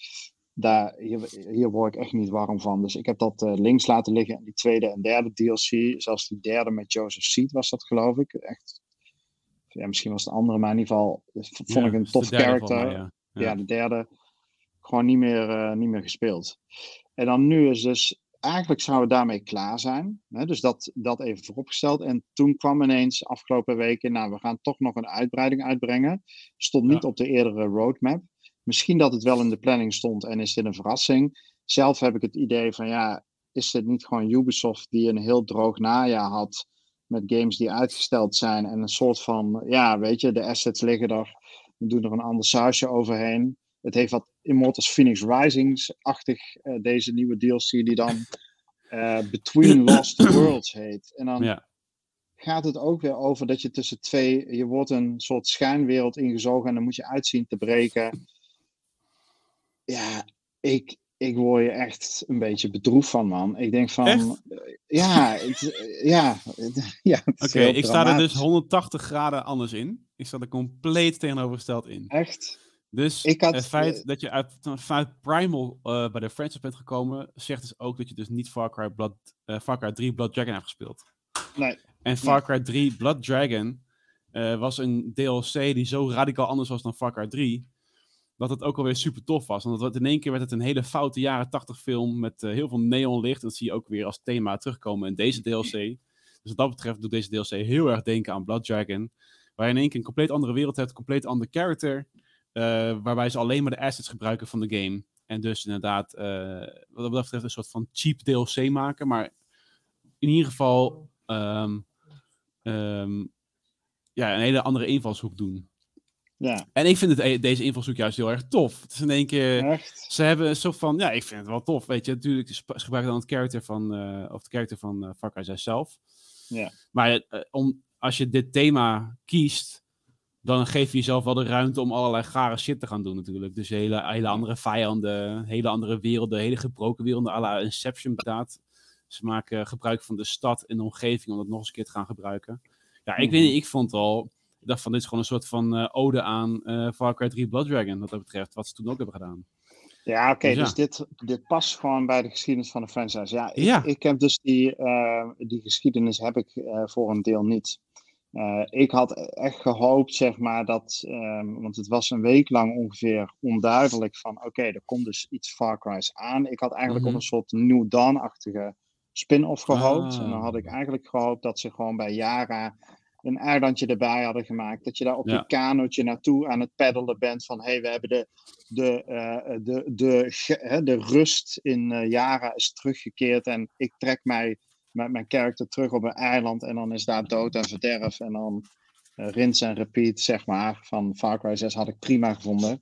[SPEAKER 2] hier word ik echt niet warm van. Dus ik heb dat links laten liggen. En die tweede en derde DLC, zelfs die derde met Joseph Seed was dat, geloof ik. Echt, misschien was het de andere, maar in ieder geval vond ik een tof character. De derde gewoon niet meer gespeeld. En dan nu is dus, eigenlijk zouden we daarmee klaar zijn. Dus dat even vooropgesteld. En toen kwam ineens afgelopen weken, we gaan toch nog een uitbreiding uitbrengen. Stond niet op de eerdere roadmap. Misschien dat het wel in de planning stond en is dit een verrassing. Zelf heb ik het idee van, is dit niet gewoon Ubisoft die een heel droog najaar had met games die uitgesteld zijn en een soort van, weet je, de assets liggen er, we doen er een ander sausje overheen. Het heeft wat Immortals Phoenix Risings-achtig, deze nieuwe DLC die dan Between Lost Worlds heet. En dan gaat het ook weer over dat je tussen je wordt een soort schijnwereld ingezogen en dan moet je uitzien te breken. Ja, ik word je echt een beetje bedroefd van, man. Ik denk van,
[SPEAKER 1] Oké, ik sta er dus 180 graden anders in. Ik sta er compleet tegenovergesteld in.
[SPEAKER 2] Echt?
[SPEAKER 1] Dus het feit dat je vanuit Primal bij de franchise bent gekomen, zegt dus ook dat je dus niet Far Cry 3 Blood Dragon hebt gespeeld.
[SPEAKER 2] Nee.
[SPEAKER 1] En Far Cry 3 Blood Dragon was een DLC die zo radicaal anders was dan Far Cry 3, dat het ook alweer super tof was. Want in één keer werd het een hele foute jaren 80 film met heel veel neonlicht. Dat zie je ook weer als thema terugkomen in deze DLC. Dus wat dat betreft doet deze DLC heel erg denken aan Blood Dragon. Waar je in één keer een compleet andere wereld hebt, een compleet ander character. Waarbij ze alleen maar de assets gebruiken van de game. En dus inderdaad, wat dat betreft een soort van cheap DLC maken. Maar in ieder geval een hele andere invalshoek doen.
[SPEAKER 2] Ja.
[SPEAKER 1] En ik vind deze invalshoek juist heel erg tof. Het is in één keer...
[SPEAKER 2] Echt?
[SPEAKER 1] Ze hebben een soort van... Ja, ik vind het wel tof. Weet je, natuurlijk ze gebruiken dan het character van Far Cry 6 zelf.
[SPEAKER 2] Ja.
[SPEAKER 1] Maar als je dit thema kiest, dan geef je jezelf wel de ruimte om allerlei gare shit te gaan doen natuurlijk. Dus hele andere vijanden, hele andere werelden, hele gebroken werelden, à la Inception inderdaad. Ze maken gebruik van de stad en de omgeving om dat nog eens een keer te gaan gebruiken. Ja, ik weet niet, ik vond al... Ik dacht van, dit is gewoon een soort van ode aan Far Cry 3 Blood Dragon, wat dat betreft, wat ze toen ook hebben gedaan.
[SPEAKER 2] Ja, oké, dus dit past gewoon bij de geschiedenis van de franchise. Ik heb dus die geschiedenis heb ik voor een deel niet. Ik had echt gehoopt, zeg maar, dat, want het was een week lang ongeveer onduidelijk van, oké, er komt dus iets Far Cry's aan. Ik had eigenlijk op een soort New Dawn-achtige spin-off gehoopt. En dan had ik eigenlijk gehoopt dat ze gewoon bij Yara een eilandje erbij hadden gemaakt. Dat je daar op je kanootje naartoe aan het peddelen bent. Van we hebben de rust in Yara is teruggekeerd. En ik trek mij met mijn character terug op een eiland. En dan is daar dood en verderf. En dan rinse en repeat, zeg maar. Van Far Cry 6 had ik prima gevonden.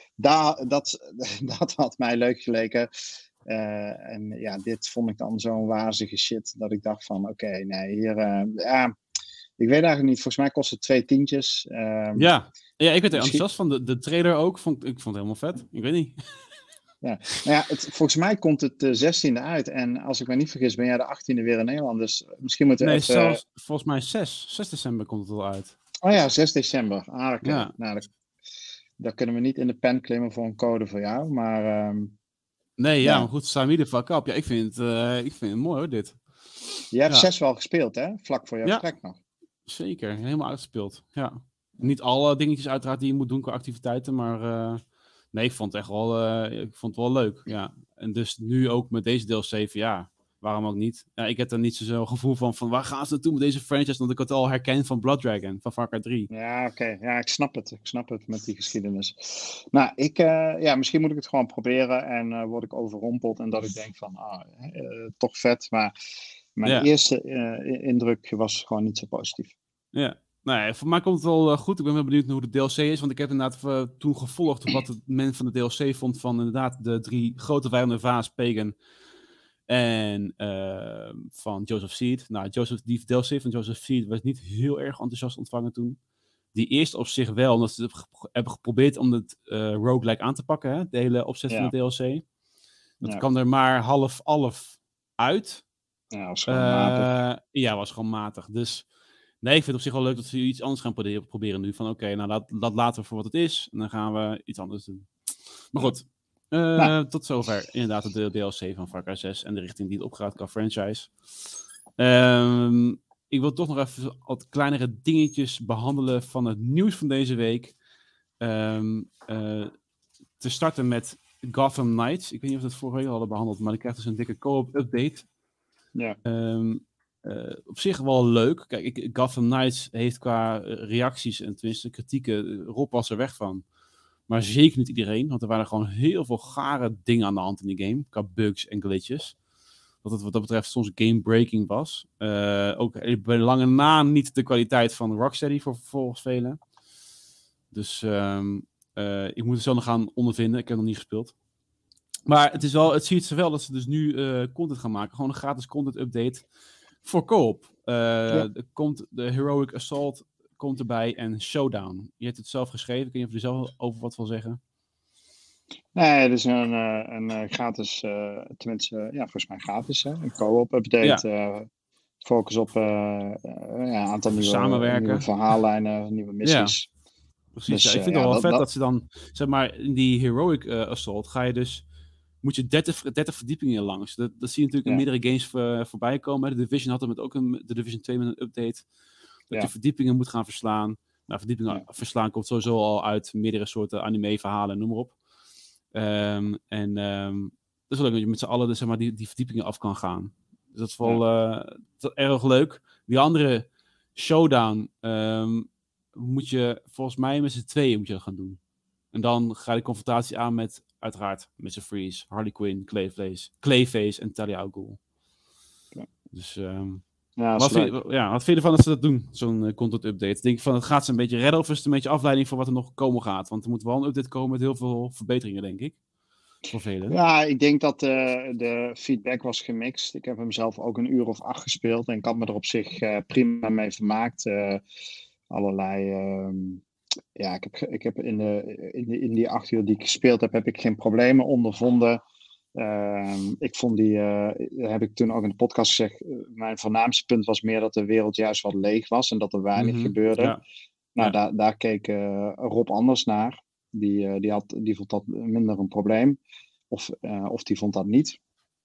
[SPEAKER 2] Dat had mij leuk geleken. En dit vond ik dan zo'n wazige shit. Dat ik dacht van, oké, nee, hier... ik weet eigenlijk niet. Volgens mij kost het 2 tientjes.
[SPEAKER 1] Ja, ik werd er enthousiast van. De trailer ook. Ik vond het helemaal vet. Ik weet niet.
[SPEAKER 2] Ja, nou ja, volgens mij komt het de 16e uit. En als ik me niet vergis, ben jij de 18e weer in Nederland. Dus misschien moeten we
[SPEAKER 1] even... zelfs volgens mij 6 december komt het al uit.
[SPEAKER 2] Oh ja, 6 december. Oké. Ja. Nou, daar kunnen we niet in de pen klimmen voor een code voor jou. Maar...
[SPEAKER 1] maar goed, sign me the fuck up. Ja, ik vind het mooi hoor, dit.
[SPEAKER 2] Je hebt 6 wel gespeeld, hè? Vlak voor jouw vertrek nog.
[SPEAKER 1] Zeker, helemaal uitgespeeld. Ja. Niet alle dingetjes uiteraard die je moet doen qua activiteiten, maar nee, ik vond het echt wel leuk. Ja. En dus nu ook met deze deel 7, waarom ook niet? Ja, ik heb er niet zo'n gevoel van waar gaan ze naartoe met deze franchise, want ik had het al herkend van Blood Dragon, van Far Cry 3.
[SPEAKER 2] Ja, oké. Ja, ik snap het met die geschiedenis. Nou, misschien moet ik het gewoon proberen en word ik overrompeld en dat ik denk van, toch vet, maar... Mijn eerste indruk was gewoon niet zo positief.
[SPEAKER 1] Ja, nee, voor mij komt het wel goed. Ik ben wel benieuwd hoe de DLC is, want ik heb inderdaad toen gevolgd wat men van de DLC vond van inderdaad de 3 grote vijanden, Vaas, Pagan en van Joseph Seed. Nou, die DLC van Joseph Seed was niet heel erg enthousiast ontvangen toen. Die eerste op zich wel, omdat ze hebben geprobeerd om het roguelike aan te pakken, hè? De hele opzet van de DLC. Dat kwam er maar half uit.
[SPEAKER 2] Ja, was gewoon matig.
[SPEAKER 1] Ja, was gewoon matig. Dus nee, ik vind het op zich wel leuk dat ze iets anders gaan proberen nu. Van oké, nou dat laten we voor wat het is. En dan gaan we iets anders doen. Maar goed, tot zover inderdaad de DLC van Far Cry 6 en de richting die het opgaat qua franchise. Ik wil toch nog even wat kleinere dingetjes behandelen van het nieuws van deze week. Te starten met Gotham Knights. Ik weet niet of we het vorige week al hadden behandeld, maar die krijgt dus een dikke co-op update.
[SPEAKER 2] Ja.
[SPEAKER 1] Op zich wel leuk. Kijk, Gotham Knights heeft qua reacties en tenminste kritieken, Rob was er weg van. Maar zeker niet iedereen, want er waren gewoon heel veel gare dingen aan de hand in die game. Qua bugs en glitches. Dat het wat dat betreft soms game-breaking was. Ook bij lange na niet de kwaliteit van Rocksteady volgens velen. Dus ik moet het zo nog gaan ondervinden. Ik heb nog niet gespeeld. Maar het ziet ze wel dat ze dus nu content gaan maken. Gewoon een gratis content update voor co-op. De Heroic Assault komt erbij en Showdown. Je hebt het zelf geschreven. Kun je er zelf over wat wil zeggen?
[SPEAKER 2] Nee, het is een gratis, tenminste, volgens mij gratis, hè? Een co-op update. Ja. Focus op een aantal nieuwe verhaallijnen, nieuwe missies.
[SPEAKER 1] Ja. Precies, dus, ik vind het wel vet dat ze dan, zeg maar, in die Heroic Assault moet je 30 verdiepingen langs. Dat zie je natuurlijk in meerdere games voorbij komen. De Division had het ook de Division 2 met een update. Dat je verdiepingen moet gaan verslaan. Nou, verdiepingen verslaan komt sowieso al uit meerdere soorten anime-verhalen, noem maar op. Dat is wel leuk dat je met z'n allen zeg maar, die verdiepingen af kan gaan. Dus dat is wel erg leuk. Die andere Showdown moet je volgens mij met z'n tweeën moet je dat gaan doen. En dan ga je de confrontatie aan met, uiteraard, Mr. Freeze, Harley Quinn, Clayface en Talia al Ghul. Dus wat vind je ervan dat ze dat doen, zo'n content update? Denk je van, het gaat ze een beetje redden of is het een beetje afleiding voor wat er nog komen gaat? Want er moet wel een update komen met heel veel verbeteringen, denk ik. Voor velen.
[SPEAKER 2] Ja, ik denk dat de feedback was gemixt. Ik heb hem zelf ook 1 uur of 8 gespeeld en ik had me er op zich prima mee vermaakt. Ik heb in die 8 uur die ik gespeeld heb ik geen problemen ondervonden. Ik vond heb ik toen ook in de podcast gezegd, mijn voornaamste punt was meer dat de wereld juist wat leeg was en dat er weinig gebeurde. Ja. Nou, daar keek Rob anders naar. Die vond dat minder een probleem. Of die vond dat niet.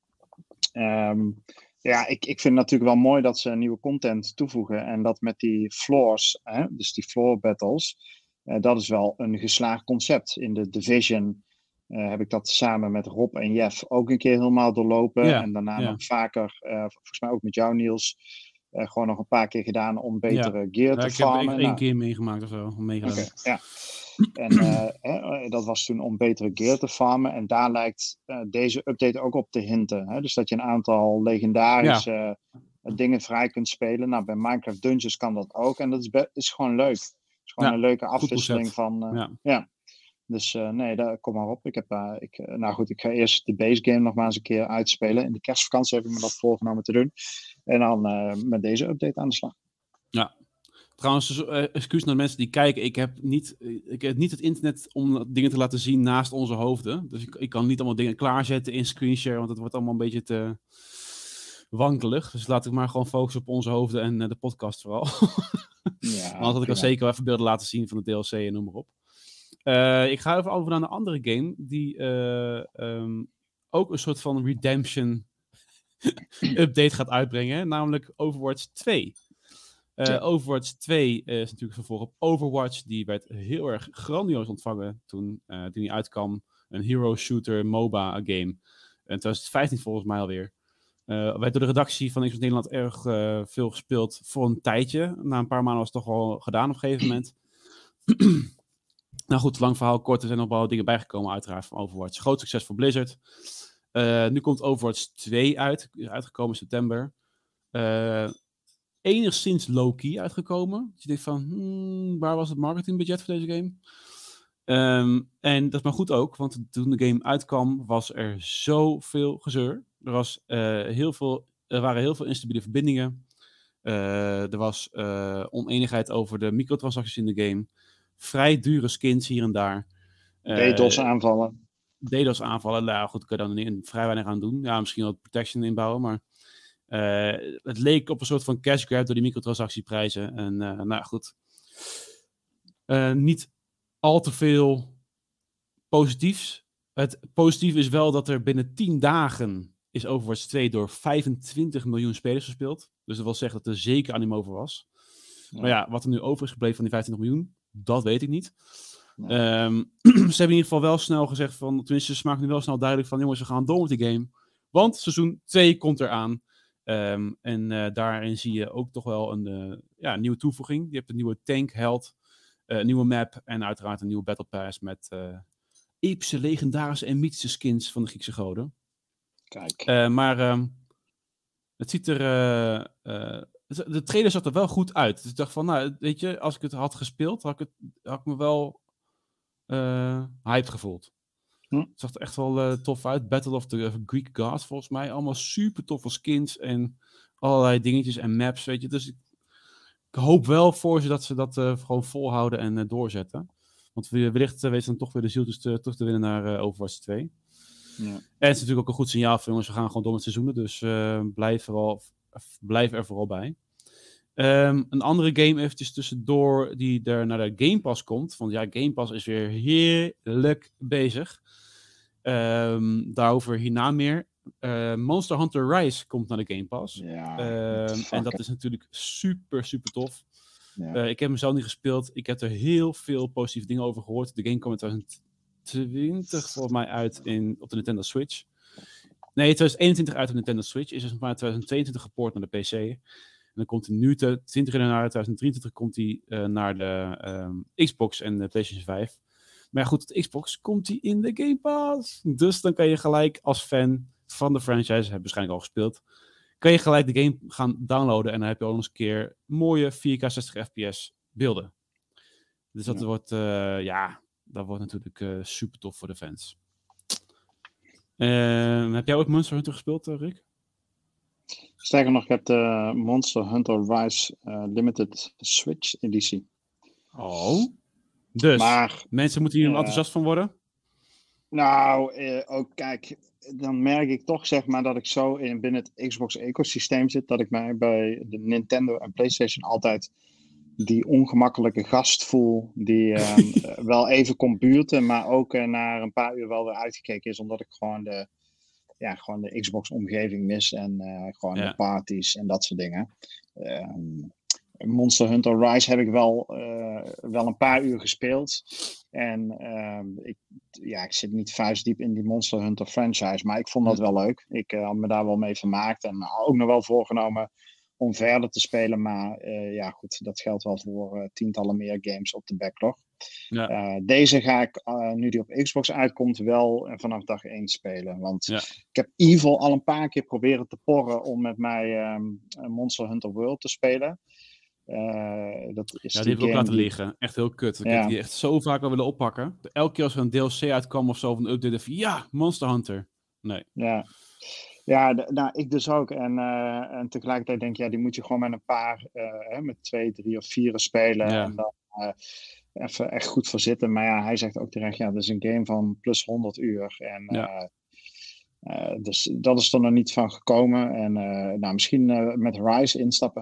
[SPEAKER 2] Ik vind het natuurlijk wel mooi dat ze nieuwe content toevoegen. En dat met die floors, dus die floor battles, dat is wel een geslaagd concept. In de Division heb ik dat samen met Rob en Jeff ook een keer helemaal doorlopen. Ja, en daarna nog vaker, volgens mij ook met jou Niels, gewoon nog een paar keer gedaan om betere gear te farmen.
[SPEAKER 1] Ik heb 1 keer meegemaakt of zo.
[SPEAKER 2] Okay, ja. En dat was toen om betere gear te farmen. En daar lijkt deze update ook op te hinten. Hè? Dus dat je een aantal legendarische dingen vrij kunt spelen. Nou, bij Minecraft Dungeons kan dat ook. En dat is gewoon leuk. Het is gewoon een leuke afwisseling van... Dus kom maar op. Ik ga eerst de base game nog maar eens een keer uitspelen. In de kerstvakantie heb ik me dat voorgenomen te doen. En dan met deze update aan de slag.
[SPEAKER 1] Ja. Trouwens, excuus naar de mensen die kijken. Ik heb niet het internet om dingen te laten zien naast onze hoofden. Dus ik kan niet allemaal dingen klaarzetten in screenshare, want het wordt allemaal een beetje te wankelig. Dus laat ik maar gewoon focussen op onze hoofden en de podcast vooral. Ja, anders had ik al zeker wel even beelden laten zien van de DLC en noem maar op. Ik ga even over naar een andere game die ook een soort van redemption update gaat uitbrengen. Namelijk Overwatch 2. Overwatch 2 is natuurlijk vervolg op Overwatch. Die werd heel erg grandioos ontvangen toen die uitkwam. Een hero shooter MOBA game. In 2015 volgens mij alweer. Werd door de redactie van Xbox Nederland erg veel gespeeld voor een tijdje. Na een paar maanden was het toch wel gedaan op een gegeven moment. Nou goed, lang verhaal kort. Er zijn nog wel dingen bijgekomen uiteraard van Overwatch. Groot succes voor Blizzard. Nu komt Overwatch 2 uit. Is uitgekomen in september. enigszins low-key uitgekomen. Dus je denkt van, waar was het marketingbudget voor deze game? En dat is maar goed ook, want toen de game uitkwam, was er zoveel gezeur. Er waren heel veel instabiele verbindingen. Er was oneenigheid over de microtransacties in de game. Vrij dure skins hier en daar.
[SPEAKER 2] DDoS aanvallen.
[SPEAKER 1] DDoS aanvallen, nou goed, kun je dan vrij weinig aan doen. Ja, misschien wat protection inbouwen, maar het leek op een soort van cash grab door die microtransactieprijzen. En nou goed, niet al te veel positiefs. Het positieve is wel dat er binnen 10 dagen is Overwatch 2 door 25 miljoen spelers gespeeld. Dus dat wil zeggen dat er zeker animo over was. Ja. Maar ja, wat er nu over is gebleven van die 25 miljoen, dat weet ik niet. Nee. Ze hebben in ieder geval wel snel gezegd van, tenminste ze maken nu wel snel duidelijk van, jongens, we gaan door met die game. Want seizoen 2 komt eraan. En daarin zie je ook toch wel een nieuwe toevoeging. Je hebt een nieuwe tank, held, een nieuwe map en uiteraard een nieuwe battle pass met epische, legendarische en mythische skins van de Griekse goden.
[SPEAKER 2] Kijk.
[SPEAKER 1] Maar het ziet er... de trailer zag er wel goed uit. Dus ik dacht van, nou, weet je, als ik het had gespeeld, had ik me wel hyped gevoeld. Het zag er echt wel tof uit. Battle of the Greek Gods, volgens mij. Allemaal super toffe skins en allerlei dingetjes en maps, weet je. Dus ik hoop wel voor ze dat gewoon volhouden en doorzetten. Want wellicht weten ze dan toch weer de zieltjes terug te winnen naar Overwatch 2. Ja. En het is natuurlijk ook een goed signaal voor jongens. We gaan gewoon door met seizoenen. Dus blijf er vooral bij. Een andere game eventjes tussendoor die er naar de Game Pass komt. Want ja, Game Pass is weer heerlijk bezig. Daarover hierna meer. Monster Hunter Rise komt naar de Game Pass. Ja, en dat is natuurlijk super, super tof. Ja. Ik heb hem zelf niet gespeeld. Ik heb er heel veel positieve dingen over gehoord. De game kwam in 2020 volgens mij uit op de Nintendo Switch. Nee, 2021 uit op de Nintendo Switch. Is dus maar 2022 geport naar de PC. En dan komt hij nu, 20 januari 2023, komt hij naar de Xbox en de PlayStation 5. Maar ja, goed, de Xbox komt hij in de Game Pass. Dus dan kan je gelijk als fan van de franchise, heb je waarschijnlijk al gespeeld, kan je gelijk de game gaan downloaden. En dan heb je ook nog eens een keer mooie 4K 60 fps beelden. Dus dat wordt, dat wordt natuurlijk super tof voor de fans. Heb jij ook Monster Hunter gespeeld, Rick?
[SPEAKER 2] Sterker nog, ik heb de Monster Hunter Rise Limited Switch editie.
[SPEAKER 1] Oh. Dus, maar, mensen moeten hier enthousiast van worden?
[SPEAKER 2] Nou, ook kijk, dan merk ik toch zeg maar dat ik zo binnen het Xbox ecosysteem zit, dat ik mij bij de Nintendo en PlayStation altijd die ongemakkelijke gast voel, die wel even komt buurten, maar ook na een paar uur wel weer uitgekeken is, omdat ik gewoon de Xbox-omgeving mis en gewoon de parties en dat soort dingen. Monster Hunter Rise heb ik wel een paar uur gespeeld. En ik zit niet vuistdiep in die Monster Hunter franchise, maar ik vond dat wel leuk. Ik had me daar wel mee vermaakt en ook nog wel voorgenomen om verder te spelen. Maar goed, dat geldt wel voor tientallen meer games op de backlog. Ja. Deze ga ik, nu die op Xbox uitkomt, wel vanaf dag 1 spelen. Want ik heb Evil al een paar keer proberen te porren om met mij Monster Hunter World te spelen. Dat is
[SPEAKER 1] die heb ik ook laten liggen. Echt heel kut. Ik heb die echt zo vaak al willen oppakken. Elke keer als er een DLC uitkwam of zo, of een update, van Monster Hunter. Nee.
[SPEAKER 2] Ja, ik dus ook. En tegelijkertijd denk ik, die moet je gewoon met een paar, met 2, 3 of 4 spelen. Ja. En dan even echt goed voor zitten. Maar ja, hij zegt ook terecht, dat is een game van plus 100 uur. En dus dat is er nog niet van gekomen. En misschien met Rise instappen.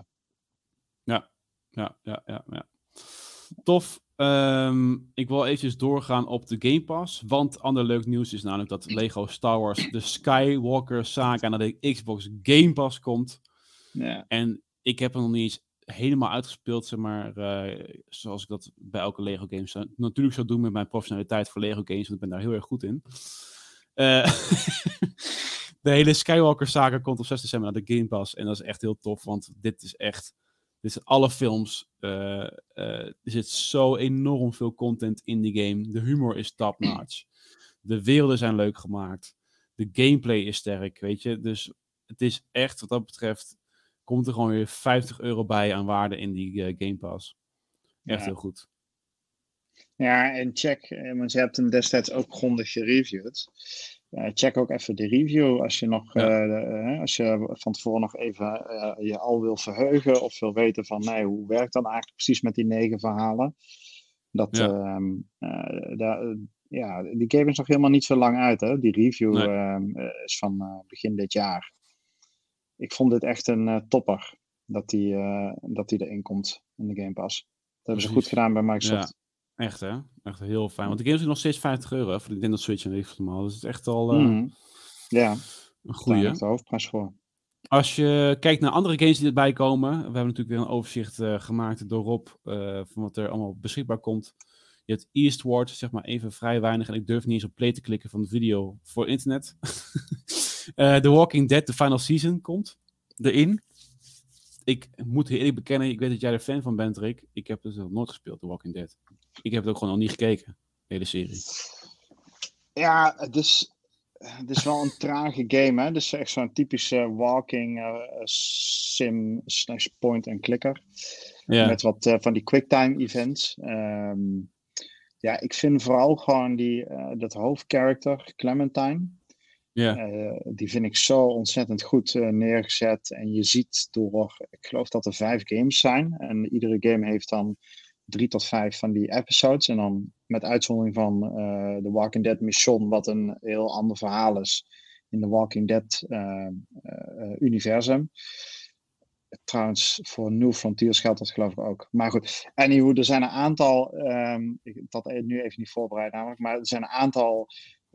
[SPEAKER 1] Ja. Tof. Ik wil eventjes doorgaan op de Game Pass. Want ander leuk nieuws is namelijk dat Lego Star Wars de Skywalker Saga naar de Xbox Game Pass komt. Ja. En ik heb hem nog niet eens helemaal uitgespeeld, zeg maar, zoals ik dat bij elke Lego game natuurlijk zou doen met mijn professionaliteit voor Lego games, want ik ben daar heel erg goed in. De hele Skywalker Saga komt op 6 december naar de Game Pass. En dat is echt heel tof, want dit zijn alle films. Er zit zo enorm veel content in die game. De humor is top-notch. De werelden zijn leuk gemaakt. De gameplay is sterk, weet je. Dus het is echt, wat dat betreft, komt er gewoon weer €50 bij aan waarde in die Game Pass. Echt heel goed.
[SPEAKER 2] Ja, en check, want je hebt hem destijds ook grondig gereviewd. Check ook even de review als je nog, als je van tevoren nog even je al wil verheugen of wil weten van, nee, hoe werkt dat eigenlijk precies met die 9 verhalen? Die game is nog helemaal niet zo lang uit, hè? Die review is van begin dit jaar. Ik vond dit echt een topper dat die erin komt in de Game Pass. Dat hebben ze goed gedaan bij Microsoft.
[SPEAKER 1] Ja. Echt hè? Echt heel fijn. Want de game is nog steeds €50 voor de Nintendo Switch en weet ik normaal. Dus het is echt al een goeie.
[SPEAKER 2] Daar de hoofdprijs voor.
[SPEAKER 1] Als je kijkt naar andere games die erbij komen. We hebben natuurlijk weer een overzicht gemaakt door Rob van wat er allemaal beschikbaar komt. Je hebt Eastward, zeg maar even vrij weinig. En ik durf niet eens op play te klikken van de video voor internet. The Walking Dead, de final season komt erin. Ik moet eerlijk bekennen, ik weet dat jij er fan van bent, Rick. Ik heb dus nog nooit gespeeld, The Walking Dead. Ik heb het ook gewoon nog niet gekeken, de hele serie.
[SPEAKER 2] Ja, het is wel een trage game, hè. Het is echt zo'n typische walking sim / point-and-clicker. Ja. Met wat van die quicktime events. Ik vind vooral gewoon dat hoofdcharacter, Clementine. Die vind ik zo ontzettend goed neergezet. En je ziet ik geloof dat er 5 games zijn. En iedere game heeft dan 3 tot 5 van die episodes. En dan met uitzondering van The Walking Dead Mission, wat een heel ander verhaal is in The Walking Dead universum. Trouwens, voor New Frontiers geldt dat geloof ik ook. Maar goed, anywho, er zijn een aantal, ik had dat nu even niet voorbereid namelijk, maar er zijn een aantal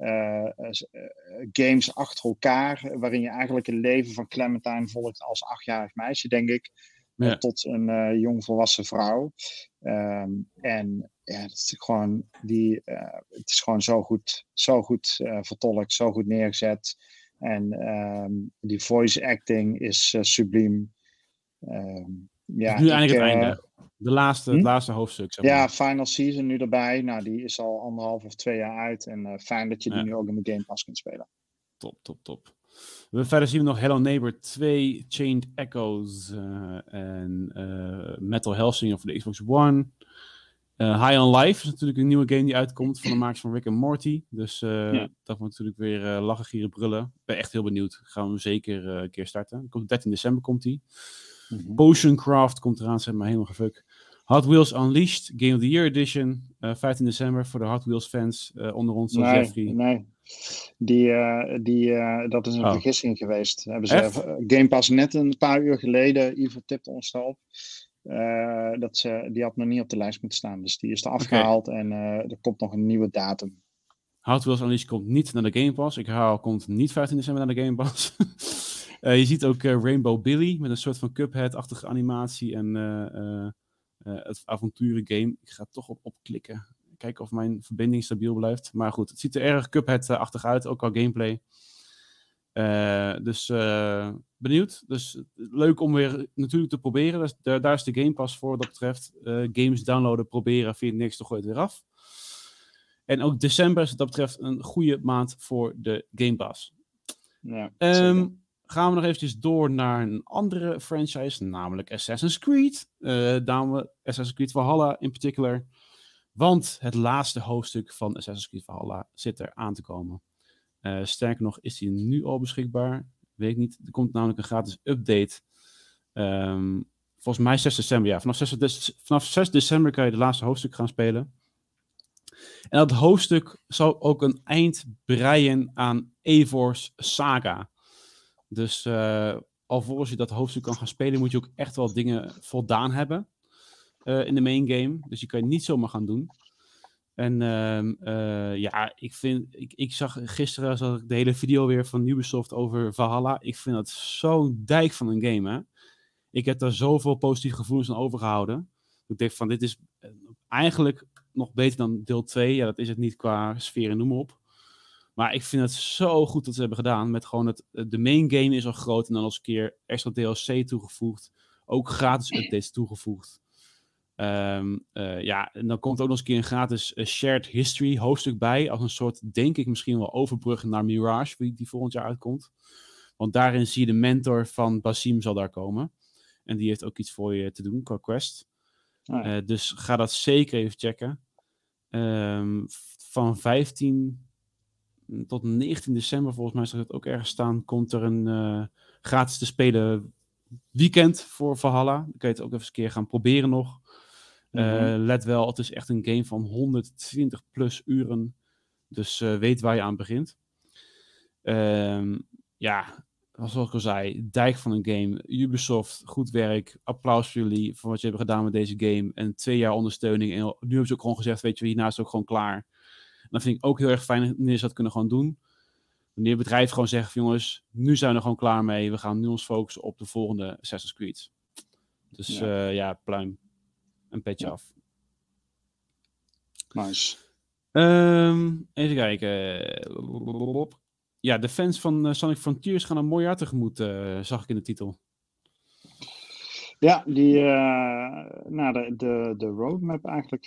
[SPEAKER 2] games achter elkaar, waarin je eigenlijk het leven van Clementine volgt als 8-jarig meisje, denk ik, tot een jong volwassen vrouw. En ja, het is gewoon het is gewoon zo goed vertolkt, zo goed neergezet. En die voice acting is subliem.
[SPEAKER 1] Nu eigenlijk het einde. Het laatste hoofdstuk. Zeg maar.
[SPEAKER 2] Ja, final season nu erbij. Nou, die is al 1,5 of 2 jaar uit. En fijn dat je die nu ook in de Game Pass kunt spelen.
[SPEAKER 1] Top. Verder zien we nog Hello Neighbor 2, Chained Echoes en Metal Hellsinger voor de Xbox One. High on Life is natuurlijk een nieuwe game die uitkomt van de makers van Rick and Morty. Dus dat wordt natuurlijk weer lachen, gieren, brullen. Ik ben echt heel benieuwd. Gaan we hem zeker een keer starten. 13 december komt die. Potioncraft komt eraan, zeg maar helemaal gefuck. Hot Wheels Unleashed, Game of the Year Edition. 15 december voor de Hot Wheels fans onder ons. Jeffrey.
[SPEAKER 2] Nee. Dat is een vergissing geweest. Hebben ze Game Pass net een paar uur geleden, Ivo tipte ons daarop. Die had nog niet op de lijst moeten staan. Dus die is er afgehaald en er komt nog een nieuwe datum.
[SPEAKER 1] Hot Wheels Unleashed komt niet naar de Game Pass. Ik herhaal, komt niet 15 december naar de Game Pass. Je ziet ook Rainbow Billy met een soort van Cuphead-achtige animatie en het avonturen game. Ik ga toch opklikken. Kijken of mijn verbinding stabiel blijft. Maar goed, het ziet er erg Cuphead-achtig uit, ook al gameplay. Dus benieuwd. Dus leuk om weer natuurlijk te proberen. Daar is de Game Pass voor wat dat betreft. Games downloaden, proberen, vind je niks, toch gooit het weer af. En ook december is wat dat betreft een goede maand voor de Game Pass.
[SPEAKER 2] Ja,
[SPEAKER 1] gaan we nog eventjes door naar een andere franchise, namelijk Assassin's Creed. Assassin's Creed Valhalla in particular. Want het laatste hoofdstuk van Assassin's Creed Valhalla zit er aan te komen. Sterker nog, is die nu al beschikbaar? Weet ik niet. Er komt namelijk een gratis update. Volgens mij 6 december. Ja, vanaf 6 december kan je de laatste hoofdstuk gaan spelen. En dat hoofdstuk zal ook een eind breien aan Eivor's saga. Dus alvorens je dat hoofdstuk kan gaan spelen, moet je ook echt wel dingen voldaan hebben in de main game. Dus die kan je niet zomaar gaan doen. En ik zag gisteren de hele video weer van Ubisoft over Valhalla. Ik vind dat zo'n dijk van een game, hè. Ik heb daar zoveel positieve gevoelens aan overgehouden. Ik denk van, dit is eigenlijk nog beter dan deel 2. Ja, dat is het niet qua sfeer en noem maar op. Maar ik vind het zo goed dat ze hebben gedaan. Met gewoon de main game is al groot. En dan als een keer extra DLC toegevoegd. Ook gratis updates toegevoegd. En dan komt ook nog eens een keer een gratis shared history hoofdstuk bij. Als een soort, denk ik, misschien wel overbruggen naar Mirage. Die volgend jaar uitkomt. Want daarin zie je de mentor van Basim zal daar komen. En die heeft ook iets voor je te doen qua quest.
[SPEAKER 2] Ja.
[SPEAKER 1] Dus ga dat zeker even checken. Van 15 tot 19 december, volgens mij, zal het ook ergens staan, komt er een gratis te spelen weekend voor Valhalla. Dan kun je het ook even een keer gaan proberen nog. Let wel, het is echt een game van 120 plus uren. Dus weet waar je aan begint. Zoals ik al zei, dijk van een game. Ubisoft, goed werk. Applaus voor jullie voor wat je hebben gedaan met deze game. En 2 jaar ondersteuning. En nu hebben ze ook gewoon gezegd, weet je, hierna is het ook gewoon klaar. En dat vind ik ook heel erg fijn wanneer ze dat kunnen gewoon doen. Wanneer bedrijven gewoon zeggen, jongens, nu zijn we er gewoon klaar mee. We gaan nu ons focussen op de volgende Assassin's Creed. Dus pluim. Een petje af.
[SPEAKER 2] Nice.
[SPEAKER 1] Even kijken. Ja, de fans van Sonic Frontiers gaan een mooi jaar tegemoet, zag ik in de titel.
[SPEAKER 2] Ja, de roadmap eigenlijk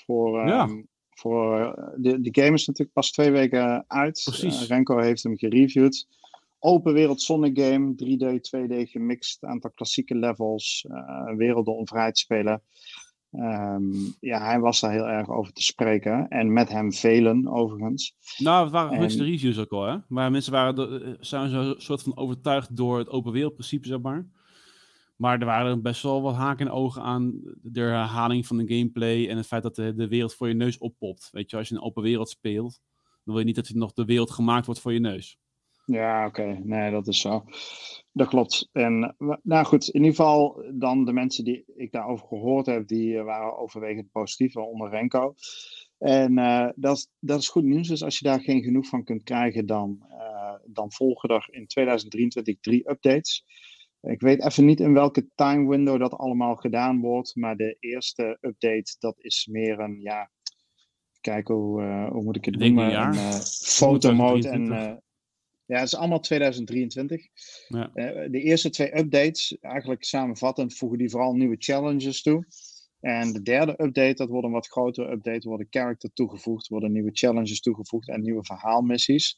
[SPEAKER 2] de game is natuurlijk pas 2 weken uit.
[SPEAKER 1] Precies.
[SPEAKER 2] Renko heeft hem gereviewd. Open wereld Sonic game, 3D, 2D gemixt, aantal klassieke levels, werelden om vrij te spelen. Hij was daar heel erg over te spreken. En met hem velen, overigens.
[SPEAKER 1] Nou, het waren gemixte reviews ook al, hè? Maar mensen zijn zo een soort van overtuigd door het open wereldprincipe, zeg maar. Maar er waren best wel wat haken en ogen aan de herhaling van de gameplay en het feit dat de wereld voor je neus oppopt. Weet je, als je een open wereld speelt, dan wil je niet dat nog de wereld gemaakt wordt voor je neus.
[SPEAKER 2] Ja, oké. Nee, dat is zo. Dat klopt. En nou goed, in ieder geval dan de mensen die ik daarover gehoord heb, die waren overwegend positief, waaronder Renko. En dat is goed nieuws. Dus als je daar geen genoeg van kunt krijgen, dan volgen er in 2023 3 updates. Ik weet even niet in welke time window dat allemaal gedaan wordt, maar de eerste update, dat is meer een, kijk hoe moet ik het noemen, een fotomode en... Ja, het is allemaal 2023.
[SPEAKER 1] Ja.
[SPEAKER 2] De eerste 2 updates, eigenlijk samenvattend, voegen die vooral nieuwe challenges toe. En de derde update, dat wordt een wat grotere update, worden character toegevoegd, worden nieuwe challenges toegevoegd en nieuwe verhaalmissies.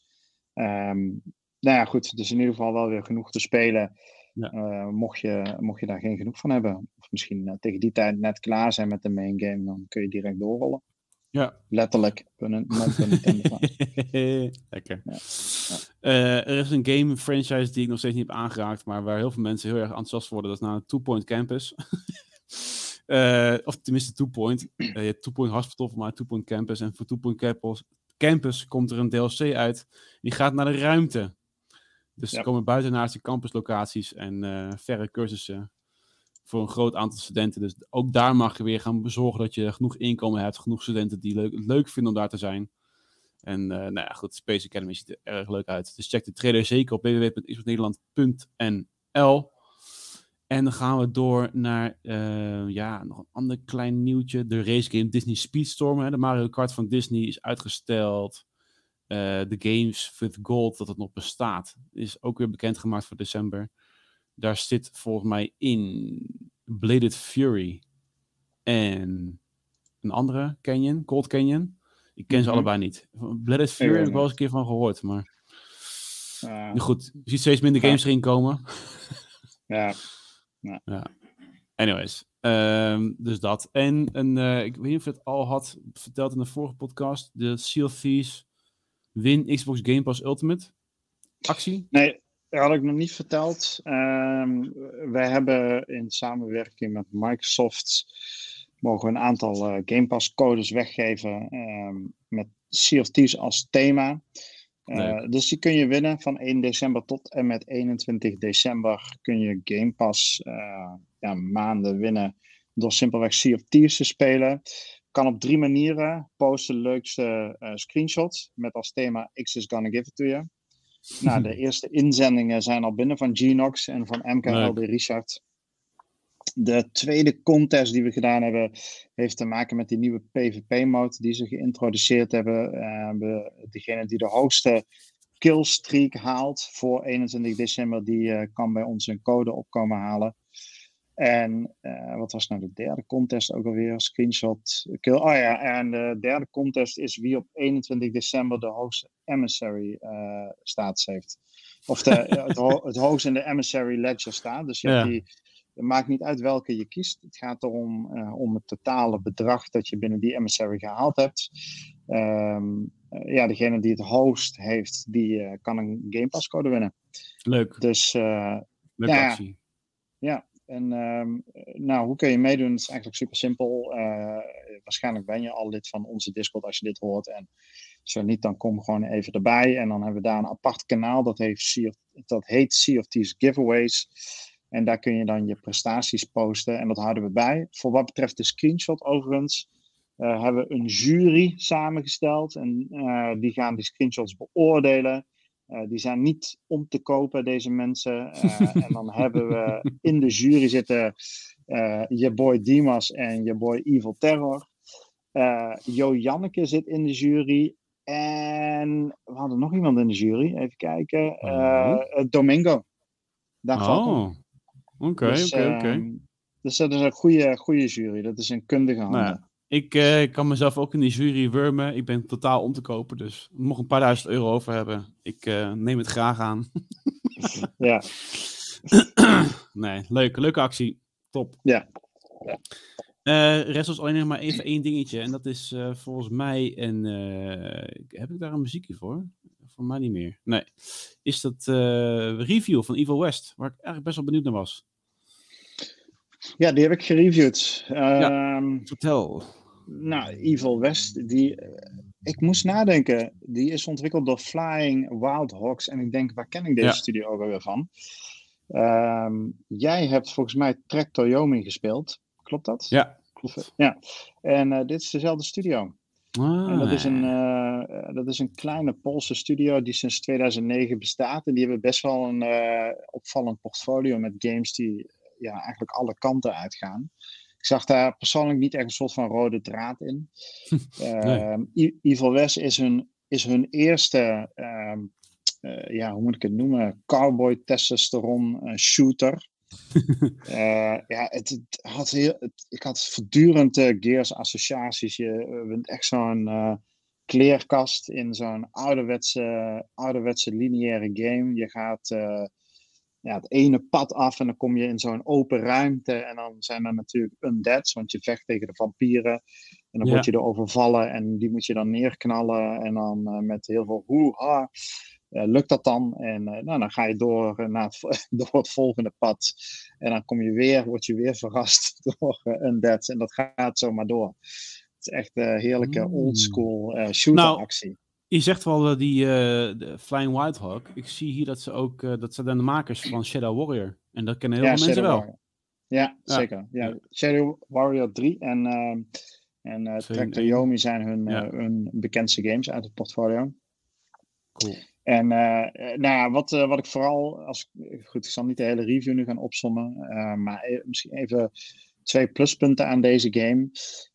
[SPEAKER 2] Goed, dus in ieder geval wel weer genoeg te spelen. Ja. Mocht je daar geen genoeg van hebben, of misschien tegen die tijd net klaar zijn met de main game, dan kun je direct doorrollen.
[SPEAKER 1] Ja.
[SPEAKER 2] Letterlijk.
[SPEAKER 1] Lekker. Ja. Er is een game franchise die ik nog steeds niet heb aangeraakt, maar waar heel veel mensen heel erg enthousiast worden. Dat is nou Two Point Campus. Of tenminste Two Point. Je hebt Two Point Hospital, maar Two Point Campus. En voor Two Point Campus komt er een DLC uit. Die gaat naar de ruimte. Dus ze komen buitenaardse campuslocaties en verre cursussen voor een groot aantal studenten. Dus ook daar mag je weer gaan bezorgen dat je genoeg inkomen hebt. Genoeg studenten die het leuk vinden om daar te zijn. En goed, Space Academy ziet er erg leuk uit. Dus check de trailer zeker op www.xboxnederland.nl. En dan gaan we door naar nog een ander klein nieuwtje. De racegame Disney Speedstorm. Hè? De Mario Kart van Disney is uitgesteld. De Games with Gold, dat het nog bestaat, is ook weer bekendgemaakt voor december. Daar zit volgens mij in Bladed Fury en een andere Canyon, Cold Canyon. Ik ken ze allebei niet. Bladed Fury heb ik wel eens een keer van gehoord, maar goed, je ziet steeds minder games erin komen.
[SPEAKER 2] Ja.
[SPEAKER 1] Anyways, dus dat. En ik weet niet of je het al had verteld in de vorige podcast, de Sea of Thieves Win Xbox Game Pass Ultimate actie.
[SPEAKER 2] Nee, dat had ik nog niet verteld. Wij hebben in samenwerking met Microsoft mogen we een aantal Game Pass codes weggeven met Sea of Thieves als thema. Dus die kun je winnen van 1 december tot en met 21 december kun je Game Pass maanden winnen door simpelweg Sea of Thieves te spelen. Kan op 3 manieren. Post de leukste screenshot met als thema X is gonna give it to you. Nou, de eerste inzendingen zijn al binnen van Genox en van MKLD Richard. De tweede contest die we gedaan hebben heeft te maken met die nieuwe PvP-mode die ze geïntroduceerd hebben. Degene die de hoogste killstreak haalt voor 21 december, die kan bij ons een code opkomen halen. En wat was nou de derde contest ook alweer? Screenshot kill. Oh ja, en de derde contest is wie op 21 december de hoogste emissary status heeft. Of het hoogst in de emissary ledger staat. Dus je hebt Het maakt niet uit welke je kiest. Het gaat erom om het totale bedrag dat je binnen die emissary gehaald hebt. Degene die het host heeft, die kan een Game Pass code winnen.
[SPEAKER 1] Leuk.
[SPEAKER 2] Dus
[SPEAKER 1] leuke actie.
[SPEAKER 2] Ja, en hoe kun je meedoen? Het is eigenlijk super simpel. Waarschijnlijk ben je al lid van onze Discord als je dit hoort. En zo niet, dan kom gewoon even erbij. En dan hebben we daar een apart kanaal. Dat heet Sea of Thieves Giveaways. En daar kun je dan je prestaties posten. En dat houden we bij. Voor wat betreft de screenshot overigens, hebben we een jury samengesteld. En die gaan die screenshots beoordelen. Die zijn niet om te kopen, deze mensen. En dan hebben we in de jury zitten je boy Dimas en je boy Evil Terror. Jo Janneke zit in de jury. En we hadden nog iemand in de jury. Even kijken. Domingo. Daar valt
[SPEAKER 1] Oké.
[SPEAKER 2] Dus dat is een goede jury. Dat is een kundige handen.
[SPEAKER 1] Nou, ik kan mezelf ook in die jury wurmen. Ik ben totaal om te kopen, dus nog een paar duizend euro over hebben. Ik neem het graag aan.
[SPEAKER 2] Ja.
[SPEAKER 1] Nee, leuke actie. Top.
[SPEAKER 2] Ja.
[SPEAKER 1] Rest was alleen nog maar even één dingetje. En dat is volgens mij heb ik daar een muziekje voor? Voor mij niet meer. Nee. Is dat review van Evil West, waar ik eigenlijk best wel benieuwd naar was.
[SPEAKER 2] Ja, die heb ik gereviewd.
[SPEAKER 1] Vertel.
[SPEAKER 2] Nou, Evil West, ik moest nadenken. Die is ontwikkeld door Flying Wild Hawks. En ik denk, waar ken ik deze studio ook alweer van? Jij hebt volgens mij Trek Toyomi gespeeld. Klopt dat?
[SPEAKER 1] Ja, klopt.
[SPEAKER 2] Ja. En dit is dezelfde studio. En dat is een kleine Poolse studio die sinds 2009 bestaat. En die hebben best wel een opvallend portfolio met games die eigenlijk alle kanten uitgaan. Ik zag daar persoonlijk niet echt een soort van rode draad in. Nee. Evil West is hun eerste, hoe moet ik het noemen, cowboy testosteron shooter. Ik had voortdurend Gears associaties. Je bent echt zo'n kleerkast in zo'n ouderwetse lineaire game. Je gaat het ene pad af en dan kom je in zo'n open ruimte. En dan zijn er natuurlijk undeads, want je vecht tegen de vampieren. En dan word je er overvallen en die moet je dan neerknallen. En dan met heel veel hoeha. Lukt dat dan? En dan ga je door door het volgende pad. En dan word je weer verrast door undeads. En dat gaat zomaar door. Het is echt een heerlijke oldschool shooter-actie.
[SPEAKER 1] Je zegt wel de Flying Wild Hawk. Ik zie hier dat ze ook dat zijn de makers van Shadow Warrior. En dat kennen heel veel mensen wel.
[SPEAKER 2] Warrior. Ja, zeker. Ja. Shadow Warrior 3 en Trek Toyomi zijn hun bekendste games uit het portfolio.
[SPEAKER 1] Cool.
[SPEAKER 2] En wat ik vooral, ik zal niet de hele review nu gaan opsommen, maar misschien even 2 pluspunten aan deze game,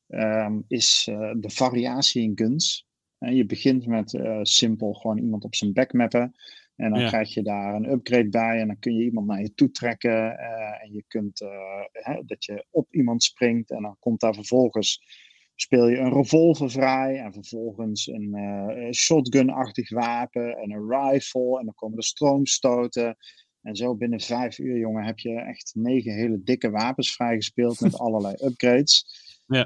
[SPEAKER 2] is de variatie in guns. Je begint met simpel gewoon iemand op zijn back mappen. En dan krijg je daar een upgrade bij. En dan kun je iemand naar je toe trekken. En je kunt dat je op iemand springt. En dan komt daar vervolgens, speel je een revolver vrij. En vervolgens een shotgun-achtig wapen. En een rifle. En dan komen er stroomstoten. En zo binnen 5 uur, jongen, heb je echt 9 hele dikke wapens vrijgespeeld. Met allerlei upgrades. Ja.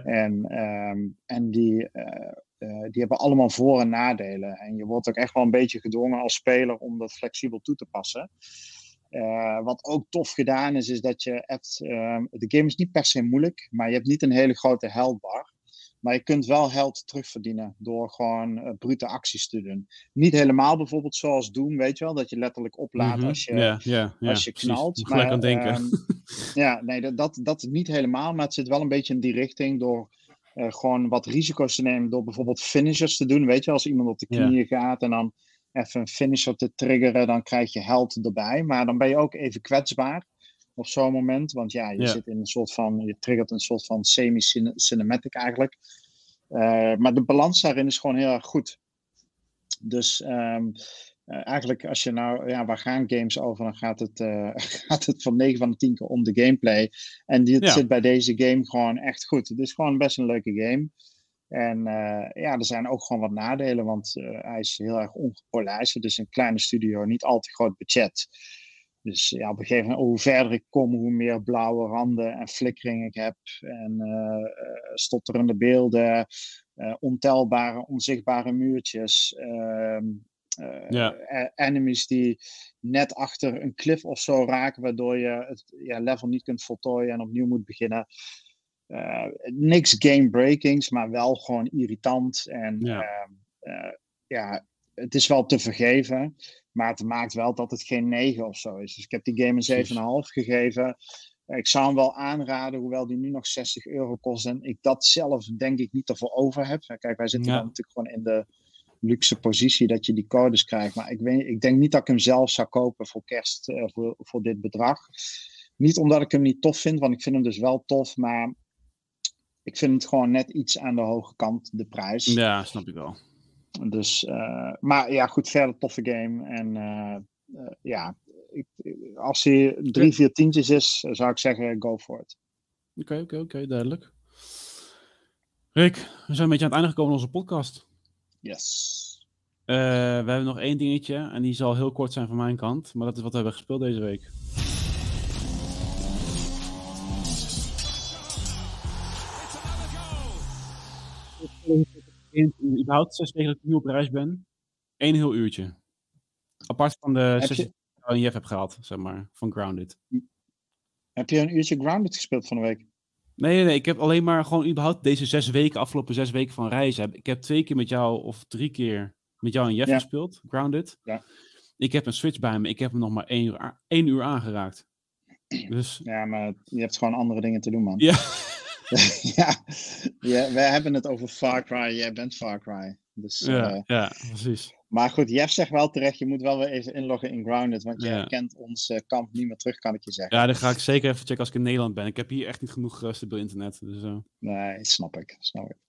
[SPEAKER 2] En die hebben allemaal voor- en nadelen. En je wordt ook echt wel een beetje gedwongen als speler om dat flexibel toe te passen. Wat ook tof gedaan is dat je hebt... de game is niet per se moeilijk, maar je hebt niet een hele grote healthbar. Maar je kunt wel health terugverdienen door gewoon brute acties te doen. Niet helemaal bijvoorbeeld zoals Doom, weet je wel, dat je letterlijk oplaadt als je knalt.
[SPEAKER 1] Moet gelijk aan denken.
[SPEAKER 2] Dat niet helemaal, maar het zit wel een beetje in die richting door gewoon wat risico's te nemen door bijvoorbeeld finishers te doen. Weet je, als iemand op de knieën gaat en dan even een finisher te triggeren, dan krijg je health erbij. Maar dan ben je ook even kwetsbaar op zo'n moment. Want je zit in een soort van, je triggert een soort van semi-cinematic eigenlijk. Maar de balans daarin is gewoon heel erg goed. Dus eigenlijk als je waar gaan games over, dan gaat het van 9 van de 10 keer om de gameplay. En dit zit bij deze game gewoon echt goed. Het is gewoon best een leuke game. En er zijn ook gewoon wat nadelen, want hij is heel erg ongepolijst. Het is een kleine studio, niet al te groot budget. Dus ja, op een gegeven moment, hoe verder ik kom, hoe meer blauwe randen en flikkeringen ik heb. En stotterende beelden, ontelbare, onzichtbare muurtjes. Enemies die net achter een klif of zo raken, waardoor je het level niet kunt voltooien en opnieuw moet beginnen. Niks game-breakings, maar wel gewoon irritant. En het is wel te vergeven, maar het maakt wel dat het geen 9 of zo is. Dus ik heb die game een 7,5 gegeven. Ik zou hem wel aanraden, hoewel die nu nog €60 kost. En ik dat zelf denk ik niet ervoor over heb. Kijk, wij zitten dan natuurlijk gewoon in de luxe positie dat je die codes krijgt. Maar ik denk niet dat ik hem zelf zou kopen voor kerst, voor dit bedrag. Niet omdat ik hem niet tof vind, want ik vind hem dus wel tof, maar ik vind het gewoon net iets aan de hoge kant, de prijs.
[SPEAKER 1] Ja, snap ik wel.
[SPEAKER 2] Dus, maar ja, goed, verder toffe game. En als hij 3-4 tientjes is, zou ik zeggen, go for it.
[SPEAKER 1] Oké, duidelijk. Rick, we zijn een beetje aan het einde gekomen van onze podcast.
[SPEAKER 2] Yes.
[SPEAKER 1] We hebben nog 1 dingetje en die zal heel kort zijn van mijn kant, maar dat is wat we hebben gespeeld deze week. Überhaupt 6 weken dat ik nu op reis ben. 1 heel uurtje. Apart van de 6 die ik in Jeff heb gehaald, zeg maar, van Grounded.
[SPEAKER 2] Heb je een uurtje Grounded gespeeld van de week?
[SPEAKER 1] Nee, ik heb alleen maar gewoon überhaupt deze afgelopen 6 weken van reizen. Ik heb 2 keer met jou of 3 keer met jou en Jeff gespeeld, Grounded.
[SPEAKER 2] Ja.
[SPEAKER 1] Ik heb een Switch bij me, ik heb hem nog maar 1 uur aangeraakt. Dus...
[SPEAKER 2] Ja, maar je hebt gewoon andere dingen te doen, man.
[SPEAKER 1] Ja.
[SPEAKER 2] Wij hebben het over Far Cry, jij bent Far Cry. Dus,
[SPEAKER 1] ja, precies.
[SPEAKER 2] Maar goed, Jeff zegt wel terecht, je moet wel weer even inloggen in Grounded, want je herkent ons kamp niet meer terug, kan ik je zeggen.
[SPEAKER 1] Ja, dan ga ik zeker even checken als ik in Nederland ben. Ik heb hier echt niet genoeg stabiel internet. Dus,
[SPEAKER 2] Nee, snap ik.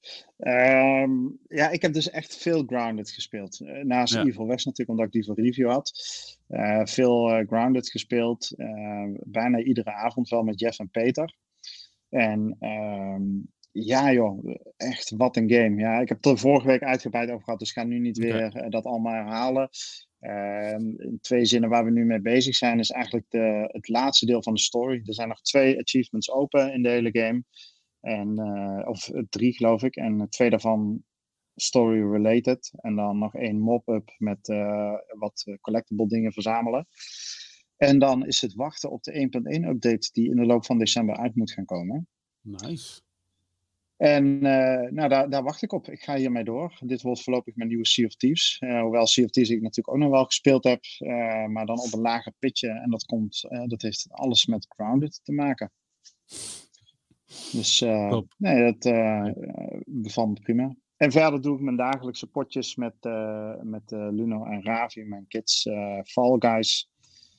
[SPEAKER 2] Ik heb dus echt veel Grounded gespeeld. Naast Evil West natuurlijk, omdat ik die voor review had. Veel Grounded gespeeld. Bijna iedere avond wel met Jeff en Peter. En ja joh, echt wat een game. Ja, ik heb het er vorige week uitgebreid over gehad, dus ik ga nu niet weer dat allemaal herhalen. In 2 zinnen waar we nu mee bezig zijn, is eigenlijk het laatste deel van de story. Er zijn nog 2 achievements open in de hele game. Of 3 geloof ik. En 2 daarvan story-related. En dan nog 1 mop-up met wat collectible dingen verzamelen. En dan is het wachten op de 1.1 update die in de loop van december uit moet gaan komen.
[SPEAKER 1] Nice.
[SPEAKER 2] En daar wacht ik op. Ik ga hiermee door. Dit wordt voorlopig mijn nieuwe Sea of Thieves. Hoewel Sea of Thieves ik natuurlijk ook nog wel gespeeld heb. Maar dan op een lager pitje. En dat heeft alles met Grounded te maken. Dus nee, dat bevalt me prima. En verder doe ik mijn dagelijkse potjes met Luno en Ravi, mijn kids, Fall Guys.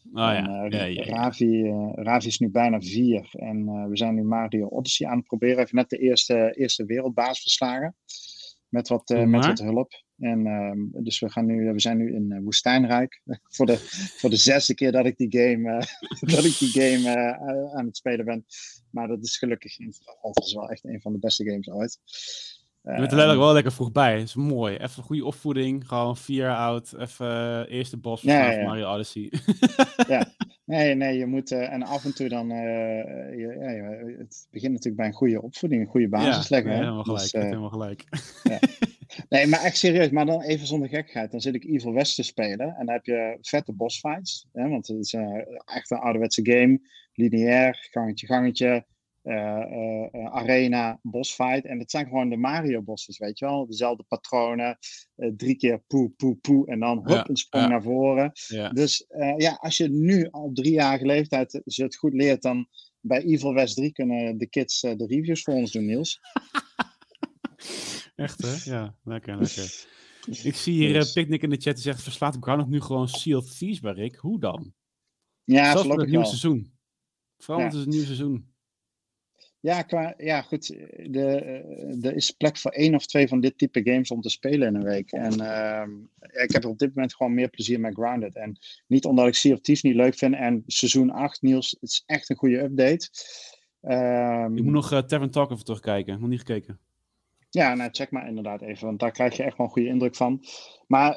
[SPEAKER 2] Ravi is nu bijna 4 en we zijn nu Mario Odyssey aan het proberen. Even net de eerste wereldbaas verslagen met wat hulp. En dus we zijn nu in Woestijnrijk voor de 6e keer dat ik die game aan het spelen ben. Maar dat is gelukkig. Het is wel echt een van de beste games ooit.
[SPEAKER 1] Je bent er letterlijk wel lekker vroeg bij. Dat is mooi. Even goede opvoeding. Gewoon 4 jaar oud. Even eerste bos van Mario Odyssey.
[SPEAKER 2] Ja. Nee, je moet... en af en toe dan... het begint natuurlijk bij een goede opvoeding. Een goede basis leggen.
[SPEAKER 1] Ja, helemaal gelijk.
[SPEAKER 2] Ja. Nee, maar echt serieus. Maar dan even zonder gekheid. Dan zit ik Evil West te spelen. En dan heb je vette bossfights. Want het is echt een ouderwetse game. Lineair, gangetje. Arena, bossfight. En het zijn gewoon de Mario bosses, weet je wel. Dezelfde patronen. 3 keer poe. En dan een sprong naar voren. Ja. Dus als je nu al 3-jarige leeftijd ze het goed leert, dan bij Evil West 3 kunnen de kids de reviews voor ons doen, Niels.
[SPEAKER 1] Echt, hè? Ja, lekker. Ik zie hier Picnic in de chat die zegt, verslaat Grounded nu gewoon Sea of Thieves bij Rick? Hoe dan?
[SPEAKER 2] Ja,
[SPEAKER 1] zelfs met het nieuwe seizoen. Vooral met het nieuwe seizoen.
[SPEAKER 2] Ja, goed. Er is plek voor 1 of 2 van dit type games om te spelen in een week. En ik heb op dit moment gewoon meer plezier met Grounded. En niet omdat ik Sea of Thieves niet leuk vind. En seizoen 8, Niels, het is echt een goede update.
[SPEAKER 1] Ik moet nog Tavern Talk even terugkijken. Nog niet gekeken.
[SPEAKER 2] Ja, check maar inderdaad even. Want daar krijg je echt wel een goede indruk van. Maar